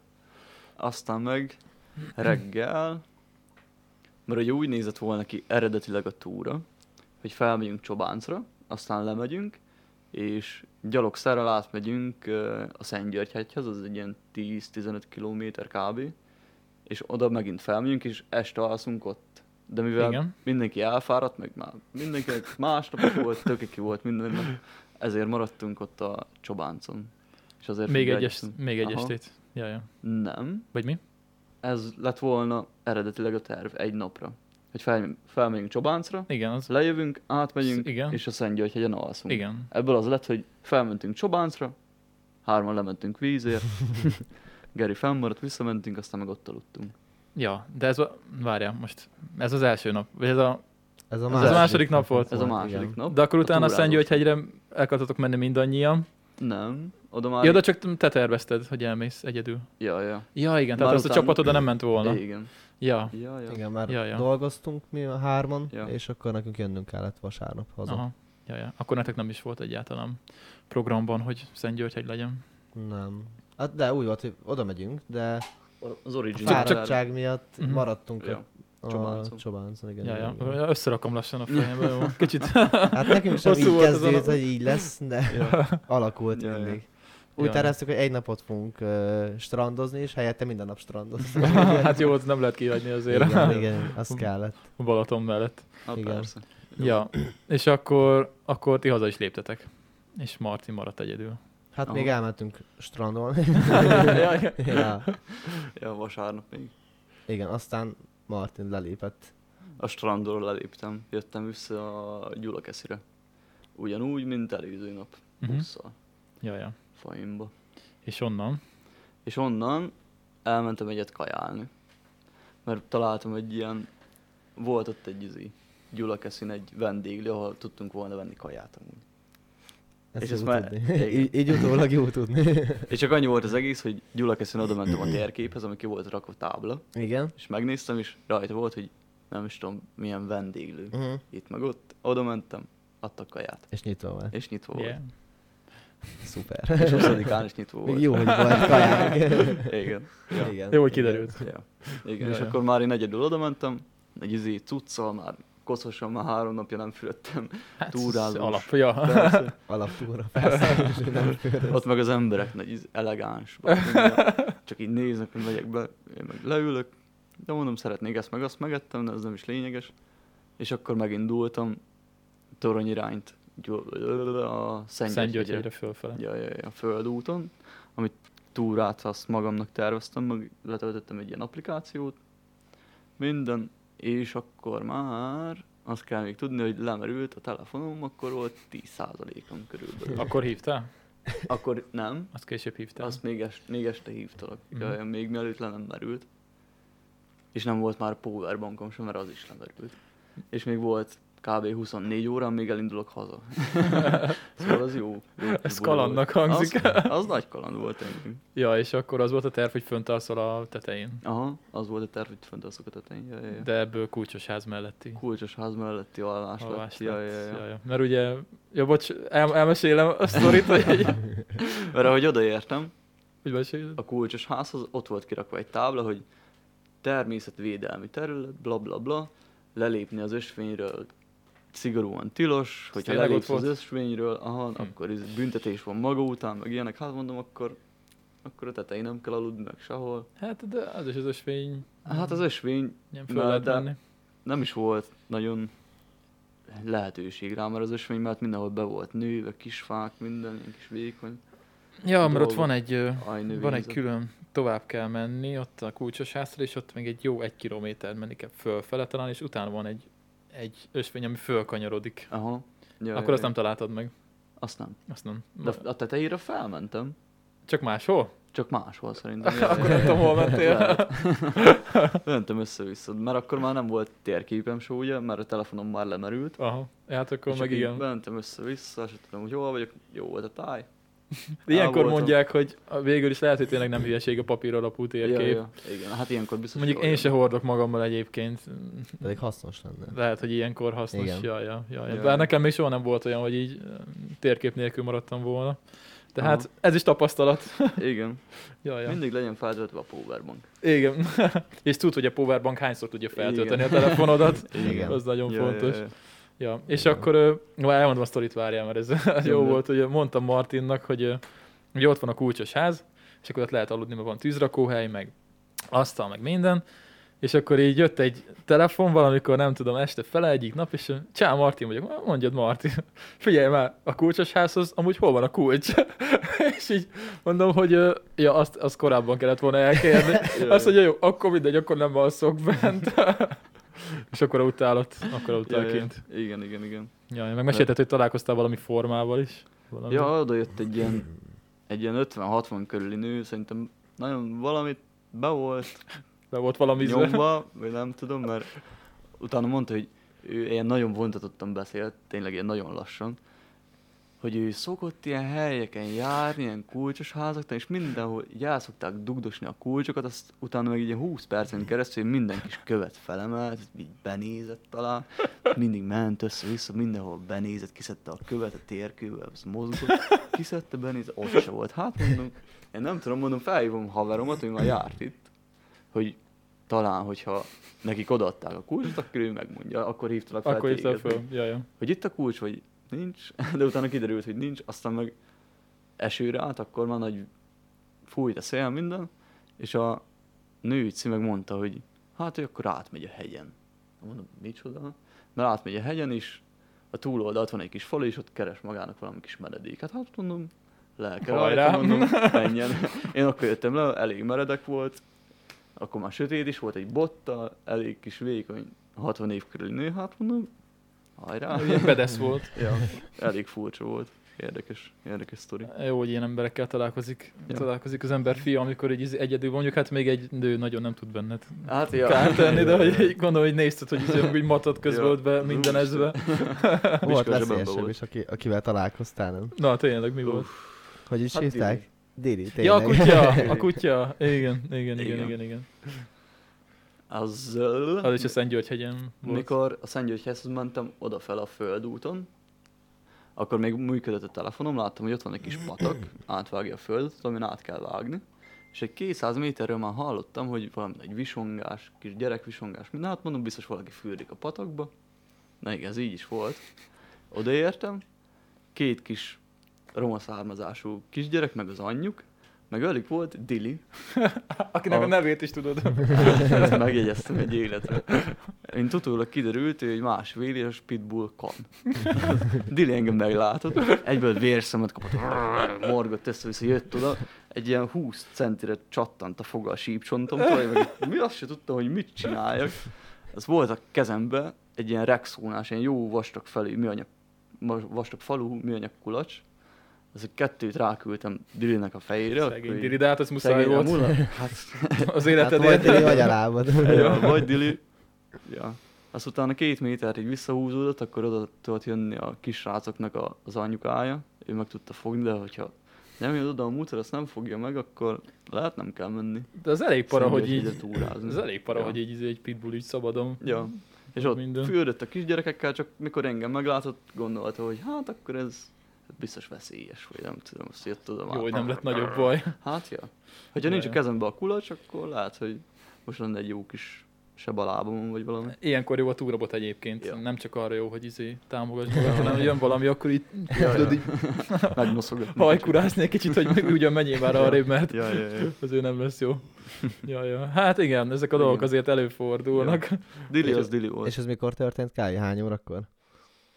Speaker 2: Aztán meg reggel, mert ugye úgy nézett volna ki eredetileg a túra, hogy felmegyünk Csobáncra, aztán lemegyünk, és gyalogszerrel átmegyünk ö, a Szentgyörgyhegyhez, az egy ilyen tíz-tizenöt kilométer kb. És oda megint felmegyünk, és este alszunk ott. De mivel
Speaker 1: Igen.
Speaker 2: mindenki elfáradt, meg már mindenkinek másnap volt, tökéki volt minden nap, ezért maradtunk ott a Csobáncon. És azért
Speaker 1: Még egy, est,
Speaker 2: figyeljettünk.
Speaker 1: még egy
Speaker 2: Aha.
Speaker 1: estét. Ja, ja.
Speaker 2: Nem,
Speaker 1: Vagy mi?
Speaker 2: ez lett volna eredetileg a terv egy napra. Hogy fel, felmegyünk Csobáncra,
Speaker 1: Igen, az.
Speaker 2: lejövünk, átmegyünk,
Speaker 1: Igen.
Speaker 2: és a Szentgyörgyhegyen alszunk.
Speaker 1: Igen.
Speaker 2: Ebből az lett, hogy felmentünk Csobáncra, hárman lementünk vízért, Geri fennmaradt, visszamentünk, aztán meg ott aludtunk.
Speaker 1: Ja, de ez a... Várjál, most ez az első nap. Vagy ez a...
Speaker 3: Ez a
Speaker 2: Ez
Speaker 3: második,
Speaker 2: a
Speaker 1: második nap volt.
Speaker 2: Ez a
Speaker 3: igen.
Speaker 2: második nap.
Speaker 1: De akkor utána a
Speaker 2: túrázós.
Speaker 1: Szentgyörgyhegyre el akartatok menni mindannyian.
Speaker 2: Nem, oda már...
Speaker 1: Ja, de csak te tervezted, hogy elmész egyedül.
Speaker 2: Ja, ja.
Speaker 1: Ja, igen, tehát
Speaker 2: Már
Speaker 1: azt a
Speaker 2: utána-
Speaker 1: csapat oda nem ment volna.
Speaker 2: Igen.
Speaker 1: Ja.
Speaker 2: Ja, ja.
Speaker 3: Igen, már
Speaker 1: Ja, ja.
Speaker 3: dolgoztunk mi a hárman,
Speaker 2: Ja.
Speaker 3: és akkor nekünk jönnünk kellett vasárnap haza.
Speaker 1: Aha. Ja, ja. Akkor nektek nem is volt egyáltalán programban, hogy Szentgyörgyhegy legyen.
Speaker 3: Nem. Hát de úgy volt, hogy oda megyünk, de
Speaker 2: Az
Speaker 3: a
Speaker 2: Origin.
Speaker 3: fáradtság miatt
Speaker 1: Mhm.
Speaker 3: maradtunk
Speaker 2: Ja.
Speaker 3: a, a
Speaker 2: Csobáncon.
Speaker 3: Csobáncon. Igen,
Speaker 1: Ja,
Speaker 3: igen,
Speaker 1: ja.
Speaker 3: igen.
Speaker 1: Összerakom lassan a fejembe. jó. Kicsit.
Speaker 3: Hát nekünk sem
Speaker 1: Hosszú
Speaker 3: így
Speaker 1: volt az a
Speaker 3: kezdődött,
Speaker 1: nap.
Speaker 3: hogy így lesz, de
Speaker 2: Ja.
Speaker 3: alakult
Speaker 2: Ja, ja.
Speaker 3: mindig. Úgy
Speaker 1: Ja.
Speaker 3: terveztük, hogy egy napot fogunk uh, strandozni, és helyette minden nap strandozni.
Speaker 1: Hát jó, az nem lehet kihagyni azért.
Speaker 3: Igen, igen, az kellett.
Speaker 1: A Balaton mellett.
Speaker 2: Hát
Speaker 3: Igen.
Speaker 2: persze.
Speaker 1: Ja, és akkor, akkor ti haza is léptetek. És Marti maradt egyedül.
Speaker 3: Hát
Speaker 2: Aha.
Speaker 3: még elmentünk strandolni.
Speaker 1: ja, ja.
Speaker 3: ja.
Speaker 2: Ja, vasárnap még.
Speaker 3: Igen, aztán Martin lelépett.
Speaker 2: A strandról leléptem, jöttem vissza a Gyulakeszire. Ugyanúgy, mint előző nap.
Speaker 1: Mhm.
Speaker 2: Busszal.
Speaker 1: Ja, ja.
Speaker 2: Faimba.
Speaker 1: És onnan?
Speaker 2: És onnan elmentem egyet kajálni. Mert találtam egy ilyen, volt ott egy izi, Gyulakeszin egy vendéglő, ahol tudtunk volna venni kaját amúgy.
Speaker 3: Ezt
Speaker 2: És
Speaker 3: jó
Speaker 2: ezt már-
Speaker 3: tudni.
Speaker 2: igen.
Speaker 3: így, így utólag jó tudni.
Speaker 2: És csak annyi volt az egész, hogy Gyulakeszin oda mentem a térképhez, ami ki volt rakva tábla,
Speaker 3: Igen.
Speaker 2: és megnéztem, és rajta volt, hogy nem is tudom milyen vendéglő.
Speaker 3: Uh-huh.
Speaker 2: Itt meg ott, oda mentem, adtak kaját,
Speaker 3: És nyitva volt.
Speaker 2: és nyitva
Speaker 1: Yeah.
Speaker 2: volt.
Speaker 3: Szuper.
Speaker 2: És huszadikán is nyitva
Speaker 3: Még
Speaker 2: volt.
Speaker 3: jó, hogy volt kajánk.
Speaker 2: Igen. Ja.
Speaker 3: Igen.
Speaker 1: Jó, hogy kiderült.
Speaker 2: Ja. Igen,
Speaker 1: Ja,
Speaker 2: és
Speaker 1: ja.
Speaker 2: akkor már én egyedül oda mentem, egy izé cuccal, már koszosan, már három napja nem fürödtem.
Speaker 1: Hát,
Speaker 2: Túrázós.
Speaker 1: Alap, ja.
Speaker 2: Persze.
Speaker 3: Alaptúra. Persze. és nem főröz.
Speaker 2: Ott meg az emberek nagy íz- elegáns. bár Csak így néznek, hogy megyek be, én meg leülök. De mondom, szeretnék ezt meg azt megettem, de ez nem is lényeges. És akkor megindultam torony irányt Gyul- a
Speaker 1: Szentgyörgyhegyre
Speaker 2: Szentgyörgyhegyre.
Speaker 1: fölfele.
Speaker 2: Ja, ja, ja, a földúton, amit túrát azt magamnak terveztem, meg letöltöttem egy ilyen applikációt, minden, és akkor már azt kell még tudni, hogy lemerült a telefonom, akkor volt tíz százalékom körülbelül.
Speaker 1: Akkor hívtál?
Speaker 2: Akkor nem,
Speaker 1: Azt később hívtál?
Speaker 2: azt még, est, még este hívtalak,
Speaker 1: Mhm.
Speaker 2: ja, ja, még mielőtt le nem merült. És nem volt már powerbankom sem, mert az is lemerült. És még volt kb. huszonnégy óra, még elindulok haza. Szóval az jó. jó
Speaker 1: Ez
Speaker 2: buli
Speaker 1: kalandnak
Speaker 2: volt.
Speaker 1: hangzik.
Speaker 2: Az, az nagy kaland volt ennyi.
Speaker 1: Ja, és akkor az volt a terv, hogy fönt alszol a tetején.
Speaker 2: Aha, az volt a terv, hogy fönt alszok a tetején. Ja, ja, ja.
Speaker 1: De ebből kulcsos ház melletti.
Speaker 2: Kulcsos ház melletti alvás lett.
Speaker 1: Alvás
Speaker 2: Ja,
Speaker 1: lett.
Speaker 2: ja, ja.
Speaker 1: Ja, ja. Mert ugye, ja bocs, el, elmesélem a sztorit, hogy
Speaker 2: Mert ahogy odaértem,
Speaker 1: hogy meséled?
Speaker 2: a kulcsos házhoz ott volt kirakva egy tábla, hogy természetvédelmi terület, bla bla bla, lelépni az ösvényről szigorúan tilos, hogyha
Speaker 1: tényleg
Speaker 2: lelépsz
Speaker 1: ott
Speaker 2: az
Speaker 1: volt?
Speaker 2: ösvényről, aha,
Speaker 1: Hm.
Speaker 2: akkor ez büntetés van maga után, meg ilyenek, hát mondom, akkor, akkor a tetején nem kell aludni, meg sehol.
Speaker 1: Hát, de az is az ösvény.
Speaker 2: Hát az ösvény
Speaker 1: Nem föl
Speaker 2: Na,
Speaker 1: lehet
Speaker 2: de-
Speaker 1: menni.
Speaker 2: nem is volt nagyon lehetőség rá, mert az ösvény mellett mindenhol be volt nőve, kisfák, minden, ilyen kis vékony.
Speaker 1: Ja, mert ott
Speaker 2: dolgok.
Speaker 1: van egy, ö,
Speaker 2: Ajnövényzet.
Speaker 1: van egy külön, tovább kell menni, ott a Kulcsos háztól, és ott még egy jó egy kilométer menni kell fölfele talán, és utána van egy, egy ösvény, ami fölkanyarodik.
Speaker 2: Aha. Ja,
Speaker 1: Akkor
Speaker 2: ja,
Speaker 1: azt
Speaker 2: ja.
Speaker 1: nem találtad meg.
Speaker 2: Azt nem.
Speaker 1: Azt nem.
Speaker 2: De a tetejére felmentem.
Speaker 1: Csak máshol?
Speaker 2: Csak máshol szerintem. Ja,
Speaker 1: Akkor
Speaker 2: ja,
Speaker 1: nem tudom, hol mentél.
Speaker 2: Lehet. Mentem össze-vissza, mert akkor már nem volt térképem se, ugye, mert a telefonom már lemerült.
Speaker 1: Aha, hát akkor
Speaker 2: És
Speaker 1: meg
Speaker 2: csak így
Speaker 1: igen.
Speaker 2: mentem össze-vissza, és tudom, hogy hol vagyok, jó volt a táj.
Speaker 1: De ilyenkor
Speaker 2: voltam.
Speaker 1: mondják, hogy a- végül is lehet, hogy tényleg nem hülyeség a papír alapú térkép.
Speaker 2: Ja, ja, igen, hát ilyenkor biztos.
Speaker 1: Mondjuk
Speaker 2: jól
Speaker 1: én se
Speaker 2: jön.
Speaker 1: hordok magammal egyébként.
Speaker 3: Pedig hasznos lenne.
Speaker 1: Lehet, hogy ilyenkor hasznos.
Speaker 3: Igen.
Speaker 1: Ja, ja, ja, ja.
Speaker 2: Ja.
Speaker 1: Bár nekem még soha nem volt olyan, hogy így ö, térkép nélkül maradtam volna. De
Speaker 2: Aha.
Speaker 1: hát ez is tapasztalat.
Speaker 2: Igen,
Speaker 1: Ja, ja.
Speaker 2: mindig legyen feltöltve a powerbank.
Speaker 1: Igen. És tudod, hogy a powerbank hányszor tudja feltölteni
Speaker 2: Igen.
Speaker 1: a telefonodat.
Speaker 3: Igen.
Speaker 1: Az nagyon
Speaker 2: Ja,
Speaker 1: fontos.
Speaker 2: ja, ja.
Speaker 1: Ja, és akkor, ö, már elmondom a sztorit, várjál, mert ez jó
Speaker 2: Jó,
Speaker 1: volt, hogy mondtam Martinnak, hogy ö, ugye ott van a Kulcsos ház, és akkor ott lehet aludni, mert van tűzrakóhely, meg asztal, meg minden, és akkor így jött egy telefon valamikor, nem tudom, este fele egyik nap, és ö, csá, Martin vagyok, mondjad Martin, figyelj már, a Kulcsos házhoz amúgy hol van a kulcs? És így mondom, hogy ö, ja, azt, azt korábban kellett volna elkérni. Azt mondja, jó, akkor mindegy, akkor nem alszok bent. És akkor utálott, akkor utál
Speaker 2: Ja,
Speaker 1: kint.
Speaker 2: ja. Igen, igen, igen.
Speaker 1: Ja, meg mesélted, hogy találkoztál valami formával is. Valami.
Speaker 2: Ja, oda jött egy ilyen, egy ilyen ötven-hatvan körüli nő, szerintem nagyon valamit be volt
Speaker 1: Be volt valami ízve.
Speaker 2: nyomva, vagy nem tudom, mert utána mondta, hogy ő ilyen nagyon vontatottan beszélt, tényleg ilyen nagyon lassan, hogy ő szokott ilyen helyeken járni, ilyen kulcsos házaknál, és mindenhol így el szokták dugdosni a kulcsokat, azt utána meg így ilyen húsz percen keresztül minden kis követ felemelt, így benézett talán, mindig ment össze-vissza, mindenhol benézett, kiszedte a követ a térkővel, az mozgott, kiszedte, benézett, ott se volt. Hát mondom, én nem tudom, mondom, felhívom haveromat, hogy már járt itt, hogy talán, hogyha nekik odaadták a kulcsot, akkor ő megmondja, akkor hívtalak fel
Speaker 1: Akkor hívtál
Speaker 2: téged,
Speaker 1: föl. Ja, ja.
Speaker 2: hogy itt a kulcs, vagy nincs, de utána kiderült, hogy nincs, aztán meg esőre állt, akkor már nagy fújt a szél minden, és a nőügy meg mondta, hogy hát, hogy akkor átmegy a hegyen. Mondom, micsoda? Mert átmegy a hegyen is, a túloldalt van egy kis falu, és ott keres magának valami kis menedéket. Hát mondom, lelke
Speaker 1: Hajrá!
Speaker 2: rajta, mondom, menjen. Én akkor jöttem le, elég meredek volt, akkor már sötét is volt, egy bottal, elég kis vékony, hatvan év körüli nő, hát mondom, hajrá.
Speaker 1: Ilyen bedesz volt.
Speaker 2: Ja, elég furcsa volt. Érdekes, érdekes sztori.
Speaker 1: Jó, hogy ilyen emberekkel találkozik,
Speaker 2: Ja.
Speaker 1: találkozik az ember fia, amikor így izé egyedül mondjuk, hát még egy nő nagyon nem tud benned
Speaker 2: Hát, ja.
Speaker 1: kár tenni, de hogy így gondolom, hogy nézted, hogy izé, úgy matot közben
Speaker 2: Ja.
Speaker 1: volt be minden ezbe.
Speaker 3: Volt
Speaker 2: Miskolcban
Speaker 3: veszélyesebb
Speaker 2: volt.
Speaker 3: is, aki, akivel találkoztál, nem?
Speaker 1: Na, tényleg mi volt?
Speaker 3: Hogy is
Speaker 2: Hát
Speaker 3: hívták? Dili, tényleg.
Speaker 1: Ja, a kutya, a kutya. Igen, igen, igen,
Speaker 2: Igen.
Speaker 1: igen, igen.
Speaker 2: Az,
Speaker 1: Az is a Szentgyörgyhegyen volt.
Speaker 2: mikor a Szentgyörgyhegyhez mentem odafel a földúton, akkor még működött a telefonom, láttam, hogy ott van egy kis patak, átvágja a földet, amin át kell vágni. És egy kétszáz méterről már hallottam, hogy valami egy visongás, kis gyerekvisongás, minden, hát mondom, biztos valaki fürdik a patakba. Na igen, ez így is volt. Odaértem, két kis roma származású kisgyerek, meg az anyjuk, meg velük volt Dili.
Speaker 1: Akinek a
Speaker 2: a-
Speaker 1: nevét is tudod.
Speaker 2: Ezt megjegyeztem egy életre. Mint utólag kiderült, ő egy másfél éves pitbull kan. Dili engem meglátott, egyből vérszemet kapott, morgott össze-vissza, jött oda, egy ilyen húsz centire csattant a foga a sípcsontomtól, én meg mi azt se tudtam, hogy mit csináljak. Az volt a kezembe egy ilyen rexónás, ilyen jó vastag felé, műanyag, vastag falú műanyag kulacs. Az egy kettőt ráküldtem Dilinek a fejére.
Speaker 1: Szegény
Speaker 2: akkor így-
Speaker 1: Dili, de hát ez muszáj
Speaker 2: Szegény,
Speaker 1: volt.
Speaker 2: amúgy, hát,
Speaker 1: Az
Speaker 3: Hát
Speaker 1: életedért.
Speaker 3: vagy Dili, vagy a lábad.
Speaker 2: ja, vagy Dili. Ja. Azt utána két métert így visszahúzódott, akkor oda tudott jönni a kis srácoknak a, az anyukája. Ő meg tudta fogni, de hogyha nem jön oda a múltra, azt nem fogja meg, akkor lehet nem kell menni.
Speaker 1: De az elég para, hogy így...
Speaker 2: Szentgyörgyhegyre túrázni.
Speaker 1: Ez elég para,
Speaker 2: Ja.
Speaker 1: hogy így, izé egy pitbull így szabadon.
Speaker 2: Ja. És ott
Speaker 1: Minden.
Speaker 2: fürdött a kisgyerekekkel, csak mikor engem meglátott, gondolta, hogy hát akkor ez biztos veszélyes, vagy nem tudom, azt jött oda már.
Speaker 1: Jó, hogy nem lett nagyobb baj.
Speaker 2: Hát ja. Hogyha nincs a kezembe a kulacs, akkor lehet, hogy most lenne egy jó kis seb a lábamon, vagy valami.
Speaker 1: Ilyenkor jó a túrabot egyébként.
Speaker 2: Ja.
Speaker 1: Nem csak arra jó, hogy izé támogass magad, hanem jön valami, akkor így tudod így
Speaker 2: Megnoszogatni.
Speaker 1: hajkurászni egy kicsit, hogy meg ugyan menjél már arrébb, mert
Speaker 2: Ja, ja, ja.
Speaker 1: azért nem lesz jó. Ja, ja. Hát igen, ezek a dolgok
Speaker 2: Igen.
Speaker 1: azért előfordulnak.
Speaker 2: Dili
Speaker 3: És-
Speaker 2: az Dili volt.
Speaker 3: És ez mikor történt, Káli? Hány órakor?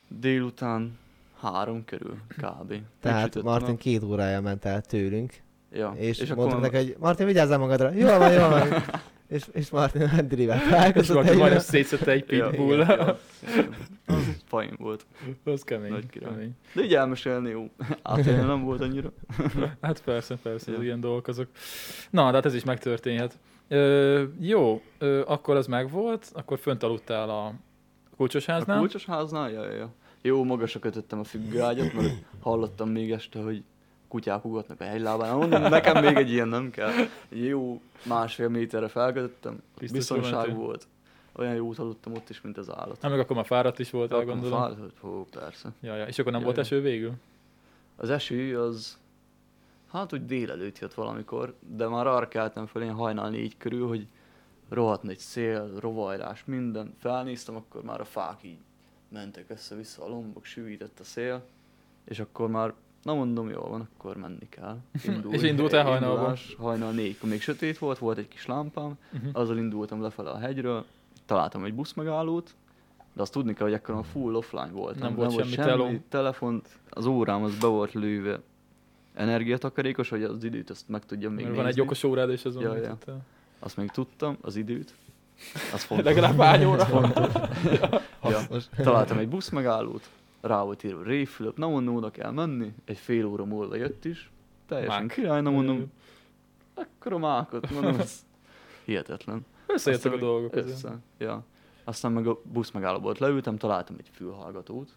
Speaker 2: Délután három körül kb.
Speaker 3: Tehát
Speaker 2: Megsütöttem
Speaker 3: Martin
Speaker 2: a-
Speaker 3: két órája ment el tőlünk,
Speaker 2: Ja.
Speaker 3: és, és
Speaker 2: akkor
Speaker 3: mondtuk neki, hogy Martin, vigyázzál magadra, jól van, jól van. és, és Martin Andrivel
Speaker 1: És
Speaker 3: találkozott
Speaker 1: valaki majdnem
Speaker 3: egyben.
Speaker 1: szétszette egy
Speaker 2: Ja,
Speaker 1: pitbull.
Speaker 2: igen, ja. Az fain volt.
Speaker 1: Az kemény.
Speaker 2: Nagy király.
Speaker 1: kemény.
Speaker 2: De így elmesélni jó. Átélni nem volt annyira.
Speaker 1: Hát persze, persze,
Speaker 2: Ja.
Speaker 1: az ilyen dolgok azok. Na, de hát ez is megtörténhet. Ö, jó, ö, akkor az megvolt, akkor fönt aludtál a kulcsos
Speaker 2: A
Speaker 1: háznál.
Speaker 2: kulcsos háznál? Ja, ja, ja. Jó, magasra kötöttem a függőágyat, mert hallottam még este, hogy kutyák ugatnak a hegylábán. Mondom, nekem még egy ilyen nem kell. Jó, másfél méterre felkötöttem.
Speaker 1: Biztos
Speaker 2: Biztonság
Speaker 1: mentél.
Speaker 2: volt. Olyan jót aludtam ott is, mint az állat.
Speaker 1: Hát meg akkor már fáradt is voltál,
Speaker 2: Akkor
Speaker 1: gondolom.
Speaker 2: fáradt, hó, persze.
Speaker 1: Ja, ja. És akkor nem
Speaker 2: Ja,
Speaker 1: volt
Speaker 2: ja.
Speaker 1: eső végül?
Speaker 2: Az eső az, hát úgy délelőtt jött valamikor, de már arra keltem fel, én hajnal négy körül, hogy rohadt nagy szél, rovajlás, minden. Felnéztem, akkor már a fák így mentek össze-vissza, a lombok, sűvített a szél, és akkor már, na mondom, jól van, akkor menni kell.
Speaker 1: És indultál hajnalban?
Speaker 2: Indulás, hajnal négykor, még sötét volt, volt egy kis lámpám,
Speaker 1: Uh-huh.
Speaker 2: azzal indultam lefele a hegyről, találtam egy buszmegállót, de azt tudni kell, hogy ekkor a full offline voltam.
Speaker 1: Nem volt semmi teló.
Speaker 2: telefont, az órám az be volt lőve energiatakarékos, hogy az időt azt meg tudjam még
Speaker 1: Mert
Speaker 2: nézni.
Speaker 1: van egy okos órád, és azon
Speaker 2: Ja, ja.
Speaker 1: mutattál.
Speaker 2: Azt még tudtam, az időt. Az fontos.
Speaker 1: Legalább hány óra?
Speaker 2: Fontos. ja.
Speaker 3: Hasznos.
Speaker 2: Találtam egy buszmegállót, rá volt írva Révfülöp, na mondom, oda kell menni, egy fél óra múlva jött is, teljesen
Speaker 1: Mák.
Speaker 2: király, na mondom, ekkora mákot, mondom, ez hihetetlen.
Speaker 1: Összejöttek a
Speaker 2: Aztán
Speaker 1: dolgok.
Speaker 2: meg-
Speaker 1: azért.
Speaker 2: Össze, ja. Aztán meg a buszmegállóból leültem, találtam egy fülhallgatót.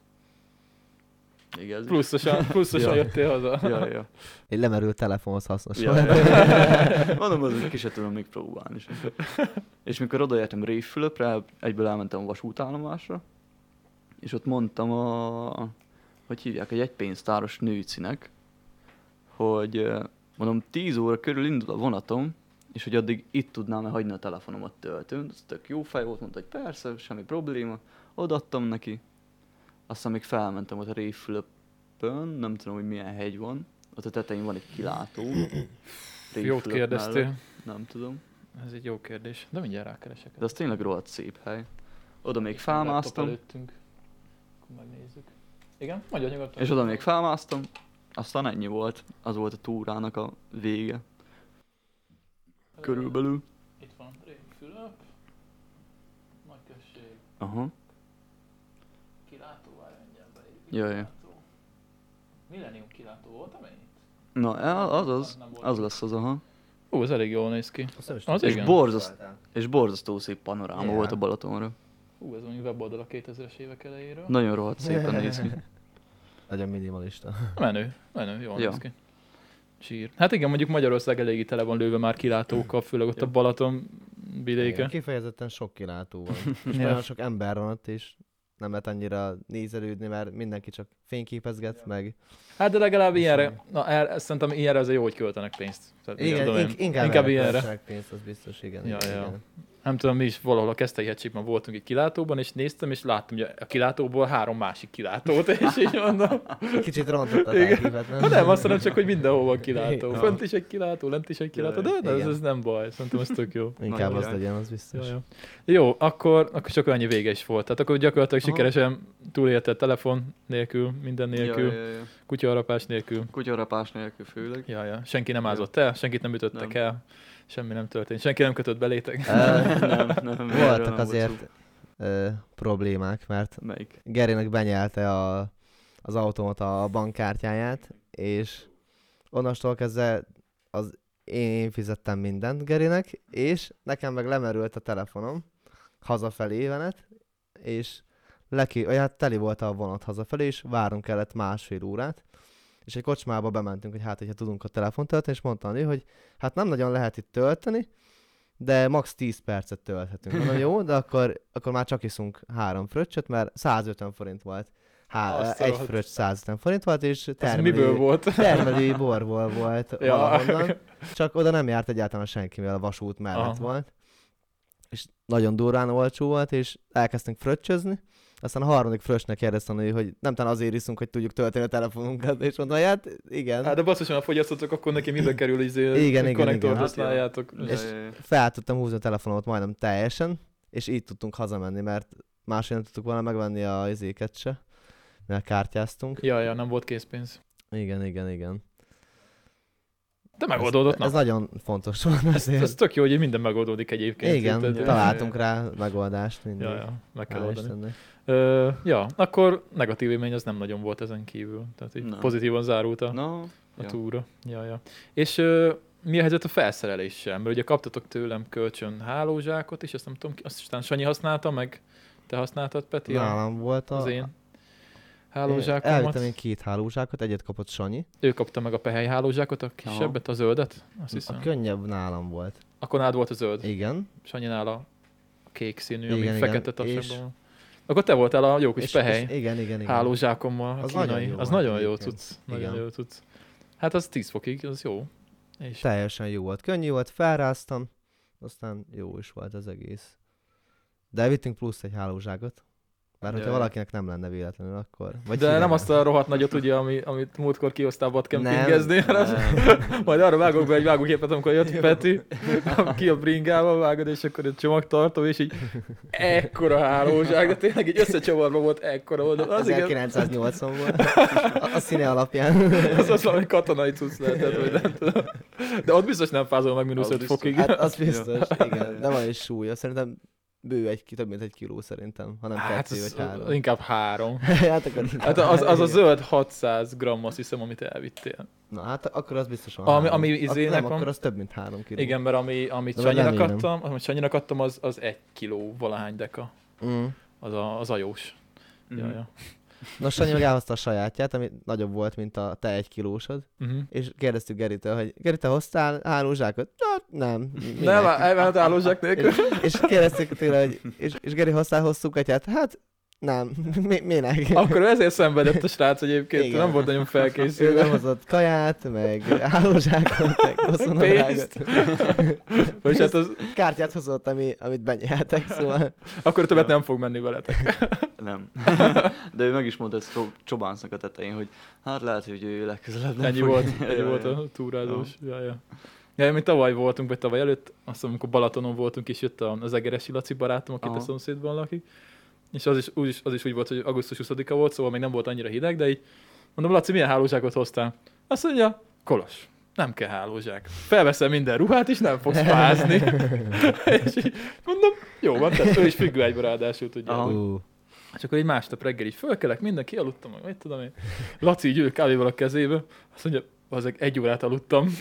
Speaker 2: Még ez is.
Speaker 1: Pluszosan, pluszosan
Speaker 2: Ja.
Speaker 1: jöttél haza.
Speaker 2: Ja, ja.
Speaker 3: Egy lemerült telefonhoz hasznos
Speaker 2: Ja,
Speaker 3: volt.
Speaker 2: ja. Mondom, az ki se tudom még próbálni sem. És mikor odaértem Révfülöpre, egyből elmentem a vasútállomásra, és ott mondtam a, hogy hívják, egy egypénztáros nőcinek, hogy eh, mondom, tíz óra körül indul a vonatom, és hogy addig itt tudnám-e hagyni a telefonomat töltőn. Ez tök jó fej volt, mondta, hogy persze, semmi probléma. Odaadtam neki. Aztán még felmentem ott a Révfülöpön, nem tudom, hogy milyen hegy van. Ott a tetején van egy kilátó.
Speaker 1: Jót
Speaker 2: Révfülöp
Speaker 1: kérdeztél.
Speaker 2: mellett. Nem tudom.
Speaker 1: Ez egy jó kérdés. De mindjárt rákeresek.
Speaker 2: De az tényleg rohadt szép hely. Oda még
Speaker 1: Laptop
Speaker 2: felmásztam,
Speaker 1: előttünk. Akkor megnézzük. Igen? Magyar nyugodtan.
Speaker 2: és oda még felmásztam. Aztán ennyi volt. Az volt a túrának a vége. Körülbelül.
Speaker 1: Itt van Révfülöp. Nagy község.
Speaker 2: Aha.
Speaker 1: Kilátó, várj, mindjárt beírjuk.
Speaker 2: Jaj, jaj.
Speaker 1: Kilátó. Millennium kilátó volt, amely itt?
Speaker 2: Na, el- az az.
Speaker 1: Nem volt
Speaker 2: Az
Speaker 1: itt.
Speaker 2: lesz az, aha.
Speaker 1: Ú, ez elég jól néz ki. Az
Speaker 2: És
Speaker 1: igen.
Speaker 2: borzaszt, és borzasztó szép panoráma
Speaker 3: Yeah.
Speaker 2: volt a Balatonra.
Speaker 1: Ú, ez mondjuk weboldal a kétezres évek elejéről.
Speaker 2: Nagyon rohadt szépen néz ki.
Speaker 3: Nagyon minimalista.
Speaker 1: Menő, menő, jól
Speaker 2: Ja.
Speaker 1: néz ki. Csír. Hát igen, mondjuk Magyarország eléggé tele van lőve már kilátókkal, főleg ott a Balaton vidéke.
Speaker 3: Igen, kifejezetten sok kilátó van. És
Speaker 1: Ja.
Speaker 3: nagyon sok ember van ott, és nem lehet annyira nézelődni, mert mindenki csak fényképezget, meg...
Speaker 1: Hát de legalább ilyenre, na el, szerintem ilyenre azért jó, hogy költenek pénzt. Tehát,
Speaker 3: Igen,
Speaker 1: tudom én,
Speaker 3: ink- inkább,
Speaker 1: inkább
Speaker 3: erre
Speaker 1: ilyenre.
Speaker 3: költsenek pénzt, az biztos, igen.
Speaker 1: Ja,
Speaker 3: igen,
Speaker 1: ja.
Speaker 3: igen.
Speaker 1: Nem tudom, mi is valahol a Keszthely hegységben voltunk egy kilátóban, és néztem, és láttam, hogy a kilátóból három másik kilátót, és így mondom.
Speaker 3: Kicsit rontott a
Speaker 1: Igen.
Speaker 3: tájképet, nem?
Speaker 1: Hát nem, azt mondom csak, hogy mindenhol van kilátó.
Speaker 3: Igen.
Speaker 1: Fönt is egy kilátó, lent is egy kilátó, de ez,
Speaker 3: Igen.
Speaker 1: ez nem baj, szerintem ez tök jó.
Speaker 3: Inkább
Speaker 2: Nagyon
Speaker 3: az
Speaker 2: király.
Speaker 3: legyen, az biztos.
Speaker 1: Ja, ja. Jó, akkor, akkor csak annyi vége is volt. Tehát akkor gyakorlatilag
Speaker 2: Aha.
Speaker 1: sikeresen túlélted telefon nélkül, minden nélkül,
Speaker 2: Ja, ja, ja.
Speaker 1: kutyaharapás nélkül.
Speaker 2: Kutyarapás nélkül főleg.
Speaker 1: Ja, ja. Senki nem ázott el, senkit nem ütöttek
Speaker 2: Nem.
Speaker 1: el, semmi nem történt, senki nem kötött belétek.
Speaker 3: Ö,
Speaker 2: nem, nem, erről
Speaker 3: Voltak
Speaker 2: nem
Speaker 3: azért
Speaker 2: volt
Speaker 3: ö, problémák, mert
Speaker 2: szó. Melyik?
Speaker 3: Gerinek benyelte a, az automata a bankkártyáját, és onnastól kezdve az én fizettem mindent Gerinek, és nekem meg lemerült a telefonom hazafelé venet, és leki, vagy hát teli volt a vonat hazafelé, és várunk kellett másfél órát, és egy kocsmába bementünk, hogy hát, hogyha tudunk a telefont tölteni, és mondta ő, hogy hát nem nagyon lehet itt tölteni, de max. tíz percet tölthetünk. Mondom, jó, de akkor, akkor már csak iszunk három fröccsöt, mert százötven forint volt. Há,
Speaker 1: Azt a
Speaker 3: egy
Speaker 1: rohadt.
Speaker 3: fröccs százötven forint volt, és
Speaker 1: Ez
Speaker 3: termelői,
Speaker 1: miből volt?
Speaker 3: termelői borból volt
Speaker 1: Ja.
Speaker 3: valahonnan. Csak oda nem járt egyáltalán senki, mivel a vasút mellett
Speaker 1: Aha.
Speaker 3: volt. És nagyon durván olcsó volt, és elkezdtünk fröccsözni. Aztán a harmadik fröccsnek kérdeztem, hogy hogy nem talán azért iszunk, hogy tudjuk tölteni a telefonunkat, és mondta, hogy hát igen.
Speaker 1: Hát de basszus, ha fogyasztotok, akkor neki mibe kerül, izé,
Speaker 3: Igen,
Speaker 1: hogy
Speaker 3: igen,
Speaker 1: konnektort
Speaker 3: igen.
Speaker 1: használjátok.
Speaker 2: Ja,
Speaker 3: És-
Speaker 2: ja, ja.
Speaker 3: Fel tudtam húzni a telefonomat majdnem teljesen, és így tudtunk hazamenni, mert máshogy nem tudtuk volna megvenni a izéket se. mert kártyáztunk.
Speaker 1: Ja, ja, nem volt készpénz.
Speaker 3: Igen, igen, igen.
Speaker 1: De megoldódott,
Speaker 3: ez,
Speaker 1: na.
Speaker 3: ez nagyon fontos volt.
Speaker 1: Ez, ez tök jó, hogy minden megoldódik egyébként.
Speaker 3: Igen,
Speaker 1: Tehát,
Speaker 3: találtunk rá megoldást mindig.
Speaker 1: Ja, ja, meg kell
Speaker 3: Hál'
Speaker 1: oldani.
Speaker 3: Istennek.
Speaker 1: Ö, ja, akkor negatív élmény az nem nagyon volt ezen kívül. Tehát így
Speaker 2: Nem.
Speaker 1: pozitívan zárult a,
Speaker 2: No,
Speaker 1: a
Speaker 2: ja.
Speaker 1: túra. Ja, ja. És ö, mi a helyzet a felszereléssel? Mert ugye kaptatok tőlem kölcsön hálózsákot, és azt nem tudom, ki- azt aztán Sanyi használta, meg te használtad, Peti? a-
Speaker 3: Nálam volt a...
Speaker 1: Az én
Speaker 3: Én
Speaker 1: hálózsákomat.
Speaker 3: elvittem én két hálózsákot, egyet kapott Sanyi.
Speaker 1: Ő kapta meg a pehely hálózsákot, a kisebbet, a zöldet, azt hiszem.
Speaker 3: A könnyebb nálam volt.
Speaker 1: Akkor nálad volt a zöld.
Speaker 3: Igen.
Speaker 1: Sanyinál a kék színű,
Speaker 3: Igen,
Speaker 1: ami
Speaker 3: igen,
Speaker 1: fekete
Speaker 3: és-
Speaker 1: tasabban. Akkor te voltál a jó kis
Speaker 3: És,
Speaker 1: pehely
Speaker 3: és igen, igen, igen.
Speaker 1: hálózsákommal, a
Speaker 3: Az
Speaker 1: kínai.
Speaker 3: nagyon jó
Speaker 1: Az
Speaker 3: volt
Speaker 1: nagyon jó
Speaker 3: egyébként.
Speaker 1: cucc. Nagyon
Speaker 3: Igen.
Speaker 1: jó cucc. Hát az tíz fokig, az jó. És
Speaker 3: Teljesen jó volt. Könnyű volt, felráztam, aztán jó is volt az egész. De elvittünk plusz egy hálózsákot. Bár hogyha
Speaker 2: Jaj.
Speaker 3: valakinek nem lenne véletlenül, akkor... Vagy
Speaker 1: de
Speaker 3: hideg
Speaker 1: nem
Speaker 3: lesz.
Speaker 1: azt a rohadt nagyot, ugye, ami, amit múltkor kihoztál vadkempingezni,
Speaker 3: Nem,
Speaker 1: hanem
Speaker 2: Nem.
Speaker 1: majd arra vágok be egy vágóképet, amikor jött Peti, ki a bringával vágod, és akkor egy csomagtartó, és így ekkora hálózsák, de tényleg így összecsavarva volt ekkora oldal. Az, igen,
Speaker 3: ezerkilencszáznyolcvan volt. A, a színe alapján.
Speaker 1: az, az valami katonai cucc lehetett, vagy nem tudom. De ott biztos nem fázol meg mínusz
Speaker 2: Az
Speaker 1: öt
Speaker 2: biztos.
Speaker 1: fokig.
Speaker 3: Hát az biztos, igen. De van is súlya. Szerintem bő egy, több mint egy kiló szerintem, hanem
Speaker 1: Hát
Speaker 3: kettő
Speaker 1: az,
Speaker 3: vagy három.
Speaker 1: inkább három.
Speaker 3: hát akkor
Speaker 1: Hát az, az a zöld hatszáz gramm, azt hiszem, amit elvittél.
Speaker 3: Na hát akkor az biztos van
Speaker 1: Ami-
Speaker 3: három.
Speaker 1: ami
Speaker 3: Ak-
Speaker 1: izének
Speaker 3: Nem,
Speaker 1: van.
Speaker 3: akkor az több mint három kiló.
Speaker 1: Igen, mert ami, amit
Speaker 3: De majd
Speaker 1: Sanyinak
Speaker 3: nem írem.
Speaker 1: adtam, amit Sanyinak adtam, az, az egy kiló valahány deka.
Speaker 3: Mm.
Speaker 1: Az, a, az ajós. Ja,
Speaker 2: Mhm.
Speaker 1: ja.
Speaker 3: Na Sanyi meg elhozta a sajátját, ami nagyobb volt, mint a te egy kilósod.
Speaker 1: Uh-huh.
Speaker 3: És kérdeztük Geritől, hogy Geri, te hoztál hálózsákot? Hát nem. Minek?
Speaker 1: Nem, elment hálózsák nélkül.
Speaker 3: és, és kérdeztük tőle, hogy és, és Geri, hoztál hosszú katyát? Hát nem. Mi, minek?
Speaker 1: Akkor ezért szenvedett a srác egyébként,
Speaker 3: Igen.
Speaker 1: nem volt nagyon
Speaker 3: Ő
Speaker 1: felkészülve.
Speaker 3: nem hozott kaját, meg hálózsákot, meg hosszúnadrágot.
Speaker 1: Pénzt. Vagy hát az,
Speaker 3: Kártyát hozott, ami, amit benyeltek, szóval...
Speaker 1: akkor többet nem fog menni veletek.
Speaker 2: Nem. De ő meg is mondta ezt Cso- Csobánsznak a tetején, hogy hát lehet, hogy ő legközelebb nem
Speaker 1: Ennyi
Speaker 2: fog-
Speaker 1: volt,
Speaker 2: Ja,
Speaker 1: ennyi
Speaker 2: ja,
Speaker 1: volt
Speaker 2: ja.
Speaker 1: a túrázós. Ja, ja. Ja, mi tavaly voltunk, vagy tavaly előtt, azt hiszem, amikor Balatonon voltunk, és jött az Egeresi Laci barátom, aki a
Speaker 2: Aha.
Speaker 1: szomszédban lakik. És az is, úgy, is- az is úgy volt, hogy augusztus huszadika volt, szóval még nem volt annyira hideg, de így mondom, Laci, milyen hálózsákot hoztál? Azt mondja, Kolos, nem kell hálózsák. Felveszel minden ruhát, és nem fogsz fázni. És így mondom, jó van, tehát ő is függőágyba ráadásul tudja.
Speaker 2: Aha.
Speaker 3: Uh,
Speaker 1: És akkor egy másnap reggel így fölkelek, mindenki aludtam, meg mit tudom én. Laci így ül kávéval a kezébe, azt mondja, azok egy órát aludtam.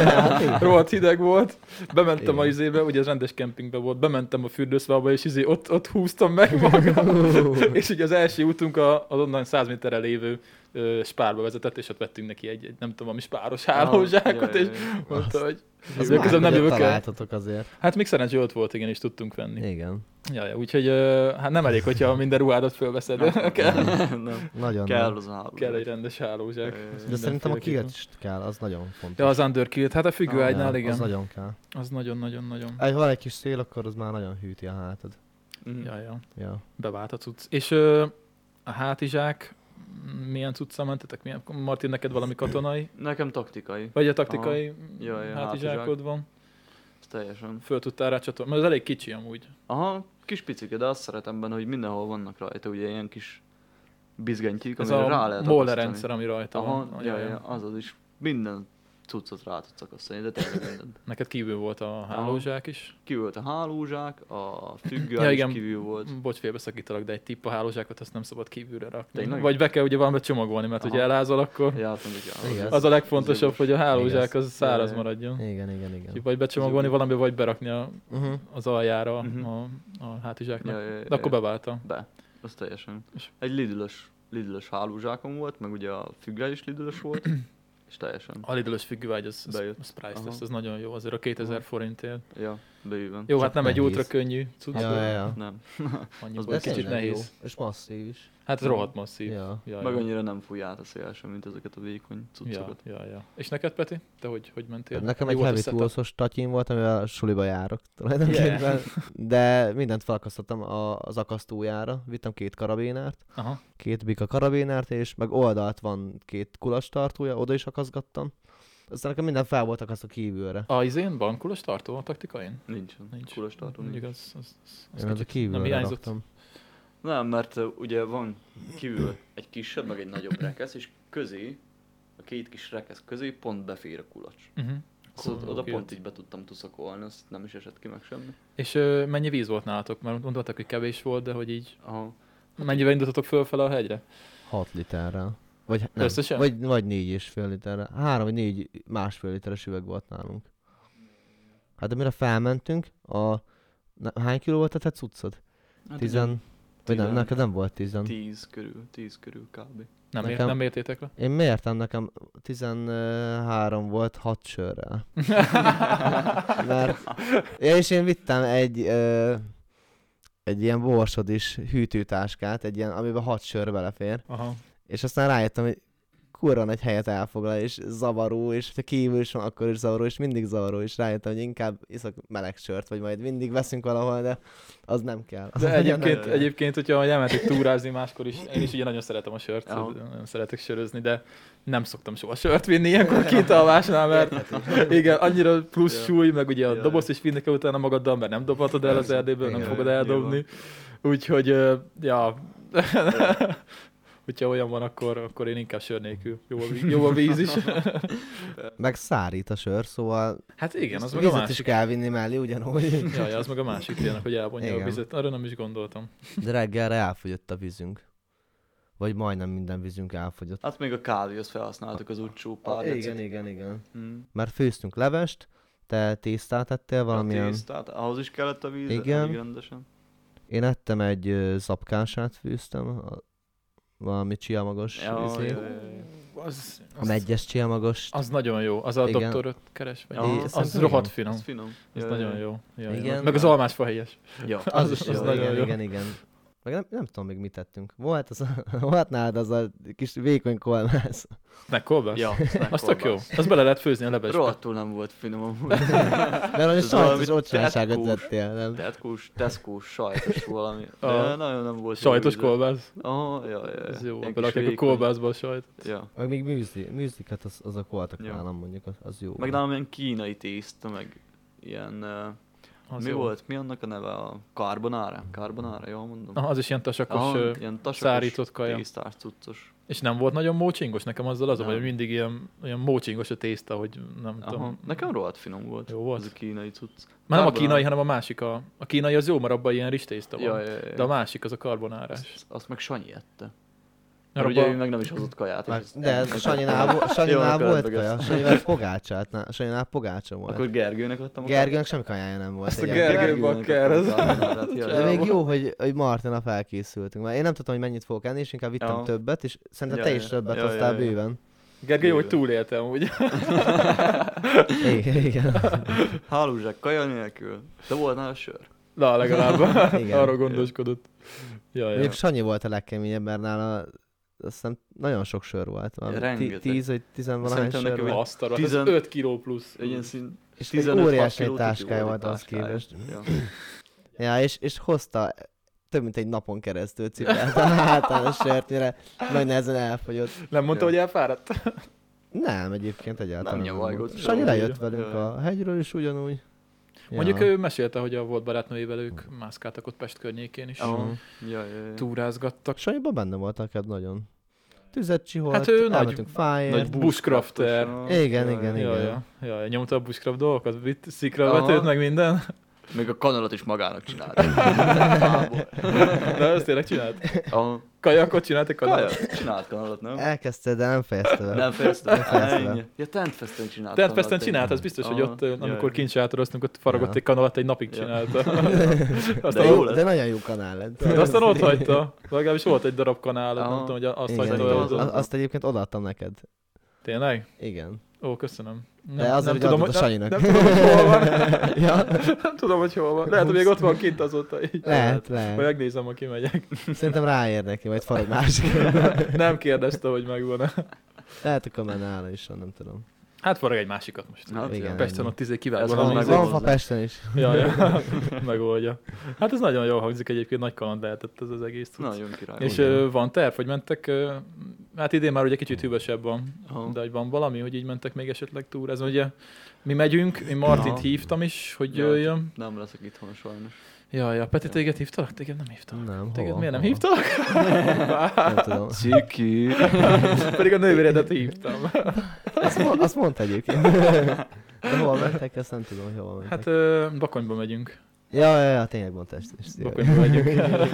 Speaker 1: Rohadt hideg volt. Bementem
Speaker 3: Igen.
Speaker 1: a izébe, ugye ez rendes kempingben volt, bementem a fürdőszobába, és izé ott, ott húztam meg magam. És ugye az első útunk a, az onnan száz méterre lévő ö, spárba vezetett, és ott vettünk neki egy, egy nem tudom, ami spáros hálózsákot,
Speaker 2: Ja,
Speaker 1: és
Speaker 2: ja, ja.
Speaker 1: mondta, hogy
Speaker 3: az
Speaker 1: legközelebb nem jövök el.
Speaker 3: találtatok azért.
Speaker 1: Hát még szerencsé ott volt, igen, és tudtunk venni.
Speaker 3: Igen.
Speaker 1: Ja, ja, úgyhogy ö, hát nem elég, hogyha minden ruhádat fölveszed. kell,
Speaker 2: Nem.
Speaker 3: Nagyon
Speaker 2: Kell
Speaker 3: nem.
Speaker 2: az hálózat.
Speaker 1: kell egy rendes hálózsák.
Speaker 2: Ja, ja, ja.
Speaker 3: De szerintem a
Speaker 1: Mindenféleképpen.
Speaker 3: kilt is kell, az nagyon fontos.
Speaker 1: Ja, az underkilt, hát a függőágynál,
Speaker 3: Ja,
Speaker 1: igen.
Speaker 3: Az nagyon kell.
Speaker 1: Az nagyon-nagyon-nagyon.
Speaker 3: Ha van egy kis szél, akkor az már nagyon hűti a hátad.
Speaker 2: Mhm.
Speaker 1: Ja, ja.
Speaker 3: Ja.
Speaker 1: Bevált a cucc. És ö, a hátizsák, milyen cucca mentetek? Milyen, Martin, neked valami katonai?
Speaker 2: Nekem taktikai.
Speaker 1: Vagy a taktikai
Speaker 2: Ja, ja,
Speaker 1: hátizsákod van?
Speaker 2: Ez teljesen.
Speaker 1: Föl tudtál rá csatolni? Mert az elég kicsi amúgy.
Speaker 2: Aha, kis picike, de azt szeretem benne, hogy mindenhol vannak rajta ugye ilyen kis bizgentyűk,
Speaker 1: Ez
Speaker 2: amire rá
Speaker 1: a
Speaker 2: lehet
Speaker 1: Moller
Speaker 2: akasztani.
Speaker 1: rendszer, ami rajta
Speaker 2: Aha,
Speaker 1: van.
Speaker 2: ja, ja, az az is. Minden cuccot rá tudsz akasztani, de tényleg mindent.
Speaker 1: Neked kívül volt a hálózsák is.
Speaker 2: Kívül volt a hálózsák, a függő
Speaker 1: Ja,
Speaker 2: ja,
Speaker 1: igen.
Speaker 2: is kívül volt.
Speaker 1: Bocs, félbeszakítalak, de egy tipp a hálózsákot azt nem szabad kívülre rakni.
Speaker 2: Tényleg?
Speaker 1: Vagy be kell ugye valamit csomagolni, mert
Speaker 2: Aha.
Speaker 1: ugye elázol, akkor
Speaker 2: Ja, azt mondjuk, ja,
Speaker 3: Igen.
Speaker 1: az a legfontosabb,
Speaker 2: Az
Speaker 1: hogy a hálózsák
Speaker 3: Igen.
Speaker 1: az száraz
Speaker 2: Ja, ja.
Speaker 1: maradjon.
Speaker 3: Igen, igen, igen.
Speaker 1: Úgyhogy vagy becsomagolni valami, vagy berakni a,
Speaker 3: Uh-huh.
Speaker 1: az aljára
Speaker 2: Mhm.
Speaker 1: a, a hátizsáknak.
Speaker 2: Ja, ja, ja,
Speaker 1: De akkor
Speaker 2: ja.
Speaker 1: beváltam.
Speaker 2: Be, az teljesen.
Speaker 1: És-
Speaker 2: Egy lidülös, lidülös hálózsákom volt, meg ugye a függő is lidülös volt, és teljesen.
Speaker 1: A Lidl-ös függőágy, az, az,
Speaker 2: Bejött.
Speaker 1: az priceless,
Speaker 2: Aha.
Speaker 1: ez nagyon jó, azért a kétezer
Speaker 2: Aha.
Speaker 1: forintért.
Speaker 2: Ja, bőven.
Speaker 1: Jó,
Speaker 3: Csak
Speaker 1: hát nem egy
Speaker 3: nehéz.
Speaker 1: ultra könnyű cucc,
Speaker 3: Ja,
Speaker 1: de
Speaker 3: ja, ja.
Speaker 2: Nem.
Speaker 1: annyi
Speaker 2: Az
Speaker 1: volt,
Speaker 2: de
Speaker 1: kicsit
Speaker 3: tényleg jó.
Speaker 1: nehéz.
Speaker 3: És masszív is.
Speaker 1: Hát ez rohadt masszív.
Speaker 3: Ja.
Speaker 1: Ja,
Speaker 2: Meg
Speaker 1: ja.
Speaker 2: annyira nem fúj át a szél sem, mint ezeket a vékony
Speaker 1: Ja,
Speaker 2: cuccokat.
Speaker 1: ja, ja. És neked, Peti? Te hogy, hogy mentél?
Speaker 3: Nekem
Speaker 1: Mi
Speaker 3: egy
Speaker 1: volt a
Speaker 3: heavy
Speaker 1: setup?
Speaker 3: toolsos tatyim volt, amivel a suliba járok tulajdonképpen.
Speaker 1: Yeah.
Speaker 3: De mindent felakasztottam a, az akasztójára. Vittem két karabénárt,
Speaker 1: Aha.
Speaker 3: két bika karabénárt, és meg oldalt van két kulas tartója, oda is akaszgattam. Aztán nekem minden fel volt akasztva kívülre.
Speaker 1: A izén van kulos tartó a taktikain?
Speaker 2: Nincsen.
Speaker 1: Nincs.
Speaker 2: Kulos tartó nincs.
Speaker 1: Mondjuk az, az, az, az
Speaker 3: Én az a
Speaker 1: kicsit
Speaker 3: kívülre
Speaker 1: nem hiányzott.
Speaker 3: raktam.
Speaker 2: Nem, mert uh, ugye van kívül egy kisebb, meg egy nagyobb rekesz, és közé, a két kis rekesz közé pont befér a kulacs.
Speaker 1: Uh-huh.
Speaker 2: Szóval
Speaker 1: Cool,
Speaker 2: oda
Speaker 1: cute.
Speaker 2: pont így be tudtam tuszakolni, azt nem is esett ki meg semmi.
Speaker 1: És ö, mennyi víz volt nálatok? Mert mondhattak, hogy kevés volt, de hogy így...
Speaker 2: Aha.
Speaker 1: Mennyivel indultatok fölfele a hegyre?
Speaker 3: hat literrel. Vagy, nem,
Speaker 1: Összesen?
Speaker 3: vagy, vagy négy és fél literrel. Három vagy négy másfél literes üveg volt nálunk. Hát de mire felmentünk, a... Na, hány kiló volt a te cuccod?
Speaker 2: Hát
Speaker 3: Tizen...
Speaker 2: ugye
Speaker 3: Vagy nem,
Speaker 2: tizen-
Speaker 3: neked nem volt tizen.
Speaker 2: Tíz körül, tíz körül kb.
Speaker 1: Nem,
Speaker 3: Nekem-
Speaker 1: ért, nem értétek le?
Speaker 3: Én mértem, nekem tizenhárom volt hat sörrel. Mert... Ja, és én vittem egy... Ö, egy ilyen borsodis hűtőtáskát, egy ilyen, amiben hat sör belefér.
Speaker 1: Aha.
Speaker 3: És aztán rájöttem, hogy kurva nagy helyet elfoglal, és zavaró, és ha kívül is van, akkor is zavaró, és mindig zavaró, és rájöttem, hogy inkább iszok meleg sört, vagy majd mindig veszünk valahol, de az nem kell. Az
Speaker 1: De
Speaker 3: nagyon
Speaker 1: egyébként,
Speaker 2: nem.
Speaker 1: egyébként, hogyha elmentek túrázni máskor is, én is ugye nagyon szeretem a sört,
Speaker 2: Aha.
Speaker 1: nem szeretek sörözni, de nem szoktam soha sört vinni ilyenkor kint alvásnál, mert igen, annyira plusz
Speaker 2: Ja.
Speaker 1: súly, meg ugye a
Speaker 2: Ja.
Speaker 1: dobozt is vinni kell utána magaddal, mert nem dobhatod el az
Speaker 2: Persze.
Speaker 1: erdélyből, nem
Speaker 3: Igen.
Speaker 1: fogod eldobni. Úgyhogy, ö, ja, hogyha olyan van, akkor, akkor én inkább sör nélkül. Jó a, víz, jó a víz is.
Speaker 3: Meg szárít a sör, szóval
Speaker 1: Hát igen, az meg a
Speaker 3: vizet is
Speaker 1: másik.
Speaker 3: kell vinni mellé ugyanúgy.
Speaker 1: Ja, ja, az meg a másik tényleg, hogy elvonja a
Speaker 3: Igen.
Speaker 1: vizet. Arra nem is gondoltam.
Speaker 3: De reggelre elfogyott a vízünk. Vagy majdnem minden vízünk elfogyott.
Speaker 2: Hát még a kávéhoz felhasználtuk az utcsó pár
Speaker 3: igen,
Speaker 2: decit.
Speaker 3: igen, igen.
Speaker 2: Hmm.
Speaker 3: Mert főztünk levest, te tésztát ettél valamilyen...
Speaker 2: A tésztát, ahhoz is kellett a víz,
Speaker 3: Igen.
Speaker 2: elég rendesen.
Speaker 3: Én ettem egy ö, zapkását főztem, a, valami csiamagos
Speaker 2: Ja,
Speaker 3: izé.
Speaker 2: ja, ja, ja.
Speaker 1: Az,
Speaker 3: A
Speaker 1: az,
Speaker 3: meggyes csiamagos.
Speaker 1: az nagyon jó. Az a
Speaker 3: Igen.
Speaker 1: doktorot keres, vagy?
Speaker 2: Aha.
Speaker 1: Az
Speaker 3: Szerintem
Speaker 1: rohadt
Speaker 3: igen.
Speaker 1: finom.
Speaker 2: Ez finom.
Speaker 1: Az
Speaker 2: Ja,
Speaker 1: nagyon
Speaker 2: ja.
Speaker 1: jó. Ja,
Speaker 3: Igen.
Speaker 1: ja. Meg az almásfa helyes.
Speaker 2: Ja.
Speaker 3: Az,
Speaker 1: az-
Speaker 3: is
Speaker 1: az
Speaker 3: jó,
Speaker 1: nagyon
Speaker 3: igen,
Speaker 1: jó.
Speaker 3: igen, igen. Meg nem, nem tudom még mit tettünk. Volt, az a, volt nálad az a kis vékony kolmász.
Speaker 1: Meg kolbász?
Speaker 2: Ja,
Speaker 1: Az tök jó. Az bele lehet főzni a lebesbe.
Speaker 2: Rohadtul nem volt finom amúgy.
Speaker 3: Mert olyan
Speaker 2: Ez
Speaker 3: sajtos
Speaker 2: valami
Speaker 3: ocsánságot
Speaker 2: tetkós.
Speaker 3: tettél, nem?
Speaker 2: Tetkós, teszkós, sajtos valami. De
Speaker 1: Aha.
Speaker 2: nagyon nem volt jó
Speaker 1: Sajtos
Speaker 2: íze.
Speaker 1: kolbász.
Speaker 2: Aha, ja, ja, ja.
Speaker 1: Ez jó.
Speaker 2: Ilyen kis
Speaker 1: Belakják a
Speaker 2: vékony.
Speaker 1: kolbászba a sajt.
Speaker 2: Ja.
Speaker 3: Meg még műzli, műzliket az, azok voltak
Speaker 2: Jó.
Speaker 3: nálam mondjuk, az, az jó.
Speaker 2: Meg nálam ilyen kínai tészta, meg ilyen... Uh,
Speaker 1: Az
Speaker 2: mi
Speaker 1: jó.
Speaker 2: volt? Mi annak a neve? A carbonara? Carbonara, jól mondom?
Speaker 1: Aha, az is ilyen tasakos,
Speaker 2: Aha,
Speaker 1: ö,
Speaker 2: ilyen tasakos,
Speaker 1: szárított kaja.
Speaker 2: tésztás, cuccos.
Speaker 1: és nem volt nagyon mócsingos nekem azzal az,
Speaker 2: Nem.
Speaker 1: hogy mindig ilyen, ilyen mócsingos a tészta, hogy nem
Speaker 2: Aha.
Speaker 1: tudom.
Speaker 2: Nekem rohadt finom volt.
Speaker 1: Jó volt?
Speaker 2: Ez a kínai cucc.
Speaker 1: Már nem a
Speaker 2: Carbonara.
Speaker 1: kínai, hanem a másik. A, a kínai az jó, mert abban ilyen rizstészta van.
Speaker 2: Ja, ja, ja.
Speaker 1: De a másik az a karbonárás.
Speaker 2: Azt, azt meg Sanyi ette.
Speaker 1: Mert
Speaker 2: Mert ugye
Speaker 1: abba-
Speaker 2: ő meg nem is hozott kaját.
Speaker 3: Meg,
Speaker 2: és ezt
Speaker 3: de ez
Speaker 2: ennek-
Speaker 3: Sanyinál, vo- Sanyinál
Speaker 2: Jó,
Speaker 3: volt
Speaker 2: akkor
Speaker 3: kaja,
Speaker 2: ezt-
Speaker 3: Sanyinál pogácsát, ná- Sanyinál pogácsa volt.
Speaker 2: Akkor Gergőnek adtam a
Speaker 3: Gergőnek semmi kajája nem volt.
Speaker 1: Azt a
Speaker 3: egyáltalán.
Speaker 1: Gergő
Speaker 2: Gergőnek
Speaker 1: bakker,
Speaker 2: adtam
Speaker 1: ez-
Speaker 2: a carbonárát, ja,
Speaker 3: De
Speaker 2: ja.
Speaker 3: még jó, hogy, hogy Martina felkészültünk, mert én nem tudtam, hogy mennyit fogok enni, és inkább vittem
Speaker 2: Ja.
Speaker 3: többet, és szerintem
Speaker 2: Ja,
Speaker 3: te is
Speaker 2: ja.
Speaker 3: többet
Speaker 2: Ja, ja,
Speaker 3: hoztál
Speaker 2: ja.
Speaker 3: bőven.
Speaker 1: Gergely, jó, hogy túléltem, ugye?
Speaker 3: Igen, igen.
Speaker 2: Hálózsák kaja nélkül. De volt nála sör.
Speaker 1: Na, legalább
Speaker 3: Igen.
Speaker 1: arról gondoskodott. Ja, ja.
Speaker 3: Mondjuk Sanyi volt a legkeményebb, mert nála azt hiszem nagyon sok sör volt. Valami
Speaker 2: Rengeteg.
Speaker 3: ti- Tíz vagy tizenvalahány
Speaker 2: Szerintem
Speaker 3: sör
Speaker 2: nekem
Speaker 3: volt.
Speaker 1: Azt a
Speaker 2: Tizen-
Speaker 1: ez öt kiló plusz.
Speaker 2: Egy ilyen szín...
Speaker 3: És egy
Speaker 2: tizenöt
Speaker 3: óriási
Speaker 2: kiló
Speaker 3: táskája
Speaker 2: tuti
Speaker 3: volt az
Speaker 2: táskája.
Speaker 3: képest.
Speaker 2: Ja.
Speaker 3: Ja, és, és hozta több mint egy napon keresztül cipelt a hátán a sört, mire nagy nehezen elfogyott.
Speaker 1: Nem mondta,
Speaker 2: Ja.
Speaker 1: hogy elfáradt?
Speaker 3: Nem, egyébként egyáltalán
Speaker 2: Nem
Speaker 3: nem
Speaker 2: nyavajgott
Speaker 3: volt.
Speaker 2: se
Speaker 3: Sanyi
Speaker 2: úgy.
Speaker 3: lejött velünk
Speaker 2: Ja.
Speaker 3: a hegyről is ugyanúgy.
Speaker 1: Mondjuk ő mesélte, hogy a volt barátnőjével ők mászkáltak ott Pest környékén is.
Speaker 2: Aha. Ja, ja, ja.
Speaker 1: Túrázgattak.
Speaker 3: Sanyiban benne voltak nagyon. Tüzet csiholt,
Speaker 1: Hát ő nagy-
Speaker 3: elmentünk fáért.
Speaker 1: nagy bushcrafter.
Speaker 3: Igen, igen,
Speaker 1: Ja,
Speaker 3: igen.
Speaker 1: ja, ja, nyomta a bushcraft dolgokat, vitt szikra
Speaker 2: Aha.
Speaker 1: vetőt, meg minden.
Speaker 2: Még a kanalat is magának csinálta. Fából.
Speaker 1: De ezt tényleg csinált.
Speaker 2: Aha.
Speaker 1: Kajakot csinált egy
Speaker 2: Kaja,
Speaker 1: kanalat.
Speaker 2: csinált kanalat, nem?
Speaker 3: Elkezdte, de nem fejezte be.
Speaker 2: Nem fejezte.
Speaker 3: Nem fejezte be.
Speaker 2: Ennyi. Ja, Tentfesten csinált
Speaker 1: Tentfesten
Speaker 2: kanalat,
Speaker 1: csinált, az
Speaker 2: ennyi.
Speaker 1: biztos, hogy
Speaker 2: Aha.
Speaker 1: ott, ö,
Speaker 2: Ja,
Speaker 1: amikor
Speaker 2: ja.
Speaker 1: kint sátoroztunk, ott faragott
Speaker 3: Ja.
Speaker 1: egy kanalat, egy napig
Speaker 2: Ja.
Speaker 1: csinálta.
Speaker 2: De
Speaker 1: Aztán,
Speaker 2: jó
Speaker 3: Jó,
Speaker 2: lett.
Speaker 3: de nagyon jó kanál lett.
Speaker 1: de aztán ott hagyta. Legalábbis volt egy darab kanál, nem
Speaker 2: Aha.
Speaker 1: tudom, hogy azt
Speaker 3: Igen,
Speaker 1: hagyta
Speaker 3: igen.
Speaker 1: el.
Speaker 2: az-
Speaker 3: Az- Azt egyébként odaadtam neked.
Speaker 1: Tényleg?
Speaker 3: Igen.
Speaker 1: Ó, köszönöm.
Speaker 3: De azért, hogy
Speaker 1: tudom,
Speaker 3: adod a
Speaker 1: nem,
Speaker 3: Sanyinak.
Speaker 1: nem tudom, hogy hol van.
Speaker 3: Ja,
Speaker 1: Nem tudom, hogy hol van. Lehet, hogy még ott van kint azóta így.
Speaker 3: lehet,
Speaker 1: Majd
Speaker 3: lehet.
Speaker 1: megnézem, ha kimegyek.
Speaker 3: Szerintem ráér neki, majd farag másik.
Speaker 1: Nem kérdezte, hogy megvan-e.
Speaker 3: Lehet, akkor már nála is van, nem tudom.
Speaker 1: Hát farag egy másikat most.
Speaker 2: Hát,
Speaker 3: Igen.
Speaker 2: ja.
Speaker 1: Pesten ott izé
Speaker 2: Ez
Speaker 1: kivágva.
Speaker 2: van
Speaker 1: van.
Speaker 2: meg
Speaker 1: izé.
Speaker 3: Van
Speaker 2: hozzá.
Speaker 3: fa Pesten is.
Speaker 1: Ja, ja. Megoldja. Hát ez nagyon jól hangzik egyébként, nagy kaland lehetett ez az egész cucc.
Speaker 2: Nagyon király.
Speaker 1: És
Speaker 3: Igen.
Speaker 1: ö, van terv, hogy mentek, ö, hát idén már ugye kicsit hűvösebb van,
Speaker 2: Aha.
Speaker 1: de hogy van valami, hogy így mentek még esetleg túrázni. Ugye mi megyünk, én Martint
Speaker 2: Aha.
Speaker 1: hívtam is, hogy
Speaker 2: Ja.
Speaker 1: jöjjön,
Speaker 2: Nem leszek itthon sajnos.
Speaker 1: Ja, ja, Peti, téged hívtalak? Téged nem hívtalak.
Speaker 3: Nem,
Speaker 1: Téged
Speaker 3: hova?
Speaker 1: miért nem
Speaker 3: hova?
Speaker 1: hívtalak?
Speaker 3: Nem tudom.
Speaker 2: Ciki.
Speaker 1: Pedig a nővéredet hívtam.
Speaker 3: Azt, mond, azt mondta egyébként. De hol mentek, ezt nem tudom, hogy hol mentek.
Speaker 1: Hát ö, Bakonyba megyünk.
Speaker 3: Ja, ja, ja, tényleg mondta ezt is. Szia.
Speaker 1: Bakonyba megyünk.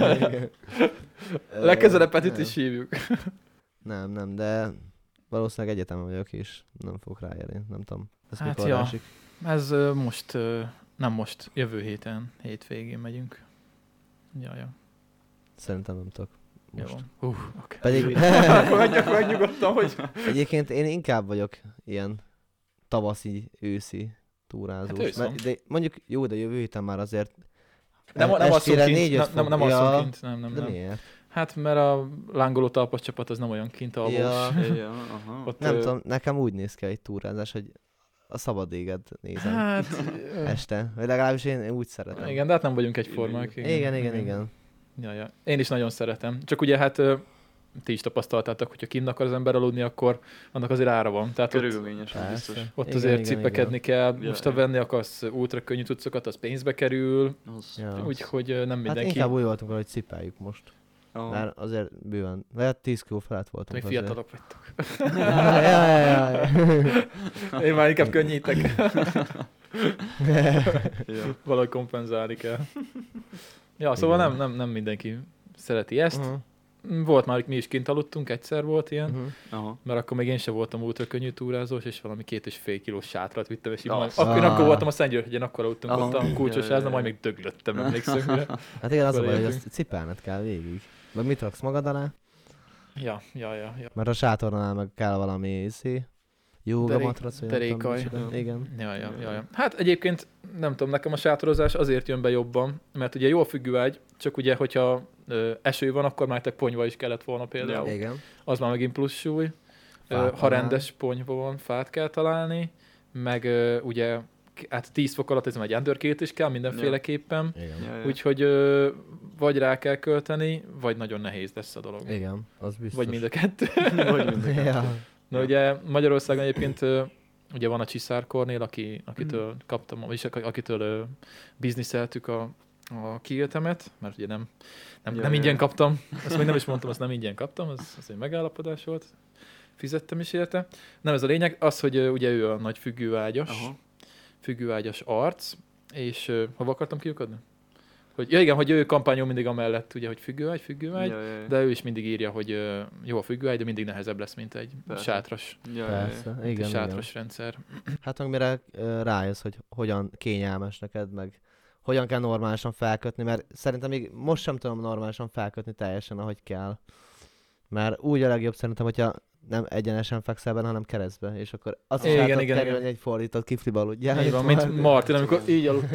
Speaker 3: Ö,
Speaker 1: Legközelebb Petit
Speaker 3: nem.
Speaker 1: is hívjuk.
Speaker 3: Nem, nem, de valószínűleg egyetemen vagyok és nem fogok ráérni, nem tudom. Ez
Speaker 1: Hát
Speaker 3: mikor
Speaker 1: ja.
Speaker 3: esik?
Speaker 1: Ez ö, most, ö, nem most, jövő héten, hétvégén megyünk. Ja, ja.
Speaker 3: Szerintem nem tudok.
Speaker 1: Jó
Speaker 3: Most.
Speaker 1: van. Uh, oké.
Speaker 3: Pedig
Speaker 1: Akkor meg- megnyugodtam, hogy...
Speaker 3: egyébként én inkább vagyok ilyen tavaszi, őszi túrázós.
Speaker 1: Hát ősz van.
Speaker 3: Mert, de mondjuk jó, de jövő héten már azért
Speaker 1: Nem, nem alszunk
Speaker 3: estére
Speaker 1: kint,
Speaker 3: négy-öt
Speaker 1: nem, nem, nem
Speaker 3: fok-
Speaker 1: alszunk
Speaker 3: ja,
Speaker 1: kint, nem, nem,
Speaker 3: de
Speaker 1: nem.
Speaker 3: miért?
Speaker 1: Hát mert a lángoló talpas csapat az nem olyan kint alvós.
Speaker 3: Ja,
Speaker 2: Ja, aha.
Speaker 1: Ott,
Speaker 3: nem
Speaker 1: ö,
Speaker 3: tudom, nekem úgy néz ki egy túrázás, hogy a szabad éget nézem
Speaker 1: Hát, ö,
Speaker 3: este. Vagy legalábbis én, én úgy szeretem.
Speaker 1: igen, de hát nem vagyunk egyformák.
Speaker 3: Igen, igen, igen. igen.
Speaker 1: Ja, ja. Én is nagyon szeretem. Csak ugye hát ö, ti is tapasztaltátok, hogyha kinn akar az ember aludni, akkor annak azért ára van. Tehát ott,
Speaker 2: Körülményes,
Speaker 3: Persze.
Speaker 2: biztos.
Speaker 1: ott
Speaker 3: Igen,
Speaker 1: azért
Speaker 3: igen,
Speaker 1: cipekedni
Speaker 3: igen.
Speaker 1: kell.
Speaker 2: Ja,
Speaker 1: Most ha
Speaker 2: ja.
Speaker 1: venni akarsz ultra könnyű cuccokat, az pénzbe kerül.
Speaker 2: Az,
Speaker 3: Ja.
Speaker 1: Úgyhogy ö, nem
Speaker 3: Hát
Speaker 1: mindenki.
Speaker 3: inkább úgy voltunk, hogy cipeljük most.
Speaker 2: aha.
Speaker 3: Mert azért bőven, vagy tíz kiló felett voltunk.
Speaker 1: Még
Speaker 3: azért.
Speaker 1: fiatalok vagytok.
Speaker 3: ja, ja, ja, ja.
Speaker 1: Én már inkább könnyítek.
Speaker 2: Ja.
Speaker 1: Valahogy kompenzálni kell. Ja, szóval
Speaker 3: Igen.
Speaker 1: nem, nem, nem mindenki szereti ezt.
Speaker 3: Uh-huh.
Speaker 1: Volt már, hogy mi is kint aludtunk, egyszer volt ilyen,
Speaker 3: Uh-huh.
Speaker 2: Aha.
Speaker 1: mert akkor még én sem voltam ultra könnyű túrázós, és valami két és fél kilós sátrat vittem, és így
Speaker 2: Ah.
Speaker 1: majd, akkor, én
Speaker 3: Ah.
Speaker 1: akkor voltam a Szentgyörgyen, akkor aludtunk
Speaker 2: Aha.
Speaker 1: ott a kulcsos
Speaker 2: Ja, ja,
Speaker 1: házban,
Speaker 2: ja.
Speaker 1: majd még döglöttem, emlékszem mire.
Speaker 3: Hát igen, az a
Speaker 1: Akkor
Speaker 3: baj, hogy
Speaker 1: értünk.
Speaker 3: azt cipelned kell végig. Meg mit raksz magad alá?
Speaker 1: Ja, ja, ja, ja.
Speaker 3: Mert a sátornál meg kell valami észé. Jóga
Speaker 1: Derék-
Speaker 3: matrac, vagy nem tudom
Speaker 1: derékaj.
Speaker 3: micsoda. Igen.
Speaker 1: Ja, ja, ja, ja. Hát egyébként nem tudom, nekem a sátorozás azért jön be jobban, mert ugye jó a függőágy, csak ugye, hogyha ö, eső van, akkor már egy ponyva is kellett volna például.
Speaker 3: Igen.
Speaker 1: Az már megint plusz súly. Ö,
Speaker 3: Fát
Speaker 1: ha
Speaker 3: találni.
Speaker 1: rendes ponyva van, fát kell találni, meg ö, ugye k- hát tíz fok alatt ez már egy underkét is kell mindenféleképpen,
Speaker 3: Igen.
Speaker 2: Ja, ja.
Speaker 1: úgyhogy ö, vagy rá kell költeni, vagy nagyon nehéz lesz a dolog.
Speaker 3: Igen, az biztos.
Speaker 1: Vagy mind a kettő.
Speaker 2: Vagy mindenki.
Speaker 3: Ja.
Speaker 1: Na ugye Magyarországon egyébként ö, ugye van a Csiszár Kornél, aki, akitől kaptam, vagyis ak- akitől ö, bizniszeltük a, a kiéltemet, mert ugye nem, nem,
Speaker 2: Ja,
Speaker 1: nem
Speaker 2: ja.
Speaker 1: ingyen kaptam, azt még nem is mondtam, azt nem ingyen kaptam, az, az egy megállapodás volt, fizettem is érte. Nem ez a lényeg, az, hogy ö, ugye ő a nagy függőágyas,
Speaker 2: Aha.
Speaker 1: függőágyas arc, és ö, hova akartam kiukadni? Hogy, ja igen, hogy ő kampányol mindig amellett, ugye, hogy függőágy, függőágy,
Speaker 2: Ja, ja, ja.
Speaker 1: de ő is mindig írja, hogy ö, jó a függőágy, de mindig nehezebb lesz, mint egy
Speaker 2: Persze.
Speaker 1: sátras,
Speaker 2: Ja, ja, ja.
Speaker 3: Persze,
Speaker 1: mint egy
Speaker 3: igen, igen.
Speaker 1: sátras rendszer.
Speaker 3: Hát meg mire ö, rájössz, hogy hogyan kényelmes neked, meg hogyan kell normálisan felkötni, mert szerintem még most sem tudom normálisan felkötni teljesen, ahogy kell. Mert úgy a legjobb szerintem, hogyha nem egyenesen fekszel benne, hanem keresztbe, és akkor azt is
Speaker 1: Igen,
Speaker 3: el tudod
Speaker 1: igen,
Speaker 3: kerülni,
Speaker 1: igen.
Speaker 3: egy fordított kifliba aludjál.
Speaker 1: Így van, mint Martin, amikor így aludt.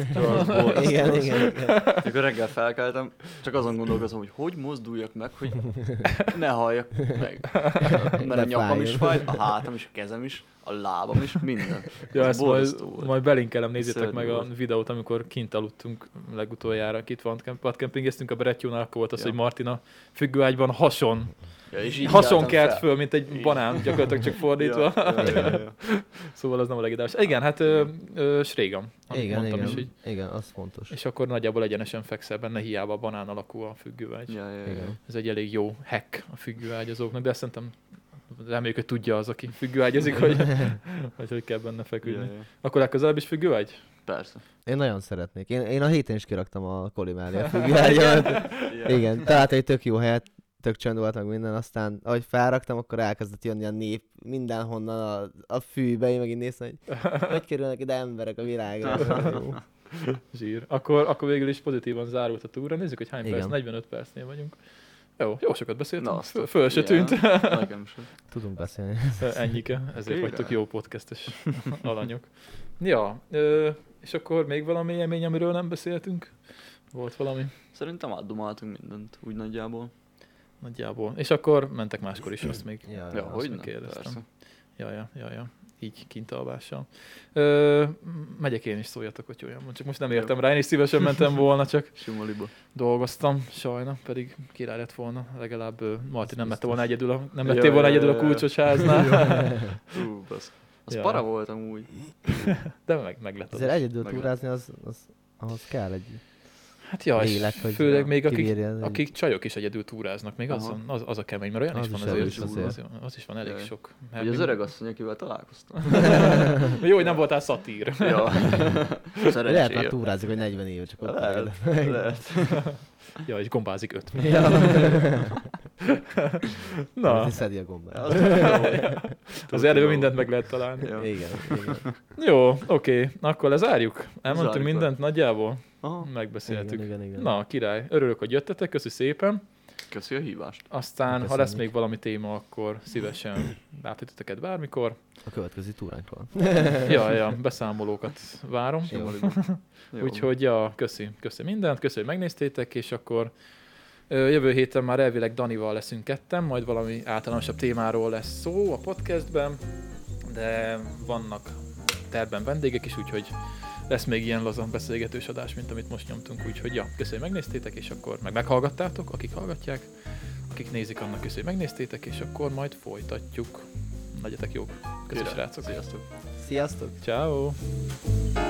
Speaker 3: Igen, igen, igen.
Speaker 2: Amikor reggel felkeltem, csak azon gondolkozom, hogy hogy mozduljak meg, hogy ne halljak meg. Mert a
Speaker 3: Ne
Speaker 2: nyakam is
Speaker 3: fájjon.
Speaker 2: fáj, a hátam is, a kezem is, a lábam is, minden.
Speaker 1: Ja,
Speaker 2: Ez
Speaker 1: ezt majd,
Speaker 2: borzasztó volt.
Speaker 1: majd belinkelem, nézzétek
Speaker 2: Szörnyű
Speaker 1: meg a
Speaker 2: volt.
Speaker 1: videót, amikor kint aludtunk legutoljára, kint van, padkempingeztünk a Berettyónál, akkor volt az,
Speaker 2: Ja.
Speaker 1: hogy Martina függőágyban hason,
Speaker 2: Ja, és így
Speaker 1: hason
Speaker 2: keltem
Speaker 1: kelt
Speaker 2: fel.
Speaker 1: föl, mint egy
Speaker 2: Így.
Speaker 1: banán, gyakorlatilag csak fordítva.
Speaker 2: Ja, ja, ja, ja.
Speaker 1: Szóval az nem a legidális. Igen, hát ö, ö, srégam, amit
Speaker 3: Igen,
Speaker 1: mondtam
Speaker 3: igen,
Speaker 1: is, így.
Speaker 3: igen, az fontos.
Speaker 1: És akkor nagyjából egyenesen fekszel benne, hiába banán alakú a függőágy.
Speaker 2: Ja, ja, ja.
Speaker 3: Igen.
Speaker 1: Ez egy elég jó hack a függőágyazóknak, de azt szerintem reméljük, hogy tudja az, aki függőágyazik, hogy, hogy hogy kell benne
Speaker 2: Ja,
Speaker 1: feküdni.
Speaker 2: ja.
Speaker 1: Akkor legközelebb is függőágy?
Speaker 2: Persze.
Speaker 3: Én nagyon szeretnék. Én, én a héten is kiraktam a koli mellé a függőágyamat.
Speaker 2: Ja.
Speaker 3: Igen, találtam egy tök jó helyet, tök csönd volt meg minden, aztán ahogy felraktam, akkor elkezdett jönni a nép mindenhonnan a, a fűbe, én megint néztem, hogy hogy kerülnek ide emberek a világra. Jó.
Speaker 1: Zsír. Akkor, akkor végül is pozitívan zárult a túra. Nézzük, hogy hány
Speaker 3: Igen.
Speaker 1: perc, negyvenöt percnél vagyunk. Jó, jó sokat beszéltünk,
Speaker 2: azt
Speaker 1: föl,
Speaker 2: a-
Speaker 1: föl se
Speaker 2: ja,
Speaker 1: tűnt.
Speaker 2: Nekem sem.
Speaker 3: Tudunk beszélni.
Speaker 1: Ennyike, ezért
Speaker 2: Király.
Speaker 1: vagytok jó podcastes alanyok. Ja, ö, és akkor még valami élmény, amiről nem beszéltünk? Volt valami?
Speaker 2: Szerintem átdomáltunk mindent, úgy nagyjából.
Speaker 1: Nagyjából. És akkor mentek máskor is, azt még,
Speaker 3: Ja,
Speaker 2: Ja,
Speaker 1: azt
Speaker 2: hogy
Speaker 1: még
Speaker 2: nem,
Speaker 1: kérdeztem.
Speaker 2: persze.
Speaker 1: Ja, ja, ja, ja. Így kint alvással. Ö, megyek én is, szóljatok, hogy olyan van. Csak most nem értem rá, én is szívesen mentem volna, csak
Speaker 2: Sima liba.
Speaker 1: dolgoztam, sajna, pedig király lett volna. Legalább ö, Marti nem mette
Speaker 3: biztos.
Speaker 1: volna egyedül a, nem
Speaker 2: Ja,
Speaker 1: lettél volna
Speaker 2: ja,
Speaker 1: egyedül a
Speaker 2: ja, ja.
Speaker 1: kulcsos háznál.
Speaker 2: Hú, basz. Az
Speaker 1: Ja.
Speaker 2: para voltam úgy.
Speaker 1: De meg, meg lett az.
Speaker 3: Azért egyedül
Speaker 2: Meg
Speaker 3: túrázni, az, az, ahhoz kell egy
Speaker 1: Hát jaj,
Speaker 3: lélek, hogy
Speaker 1: főleg még akik,
Speaker 3: kibírja, hogy-
Speaker 1: akik csajok is egyedül túráznak, még az,
Speaker 2: Aha.
Speaker 1: az, az a kemény, mert olyan
Speaker 3: Az
Speaker 1: is van
Speaker 3: is
Speaker 1: azért,
Speaker 3: erős
Speaker 1: az,
Speaker 3: azért.
Speaker 1: az, az is van elég
Speaker 2: Jaj.
Speaker 1: sok.
Speaker 2: Hogy az öreg asszony, akivel találkoztam.
Speaker 1: Jó, hogy nem voltál szatír.
Speaker 2: Ja.
Speaker 3: Lehet már
Speaker 2: Szerencsére.
Speaker 3: túrázik, hogy negyven éve csak ott
Speaker 2: Lehet,
Speaker 3: él.
Speaker 2: lehet.
Speaker 1: Ja, és gombázik öt.
Speaker 3: Ja.
Speaker 1: Na,
Speaker 3: Ez szedi a gombát.
Speaker 1: az erdőben mindent meg lehet találni.
Speaker 2: Ja.
Speaker 3: Igen, igen.
Speaker 1: Jó, oké, akkor lezárjuk. Elmondtunk
Speaker 2: Zárjuk le.
Speaker 1: mindent nagyjából.
Speaker 2: Aha.
Speaker 1: Megbeszéltük.
Speaker 3: Igen, igen, igen.
Speaker 1: Na, király, örülök, hogy jöttetek, köszi szépen.
Speaker 2: Köszi a hívást.
Speaker 1: Aztán, ha
Speaker 3: Köszönjük.
Speaker 1: lesz még valami téma, akkor szívesen látok titeket bármikor.
Speaker 3: A következő túránkról.
Speaker 1: Ja, ja, beszámolókat várom.
Speaker 3: Jó.
Speaker 2: Jó.
Speaker 1: Úgyhogy, ja, köszi, köszi mindent, köszi, hogy megnéztétek, és akkor ö, jövő héten már elvileg Danival leszünk ketten, majd valami általánosabb témáról lesz szó a podcastben, de vannak terben vendégek is, úgyhogy lesz még ilyen lazan beszélgetős adás, mint amit most nyomtunk, úgyhogy ja, köszi, hogy megnéztétek, és akkor meg meghallgattátok, akik hallgatják, akik nézik, annak köszi, hogy megnéztétek, és akkor majd folytatjuk. Legyetek jók. Köszi,
Speaker 2: Király.
Speaker 1: srácok.
Speaker 2: Sziasztok.
Speaker 3: Sziasztok!
Speaker 1: Ciao.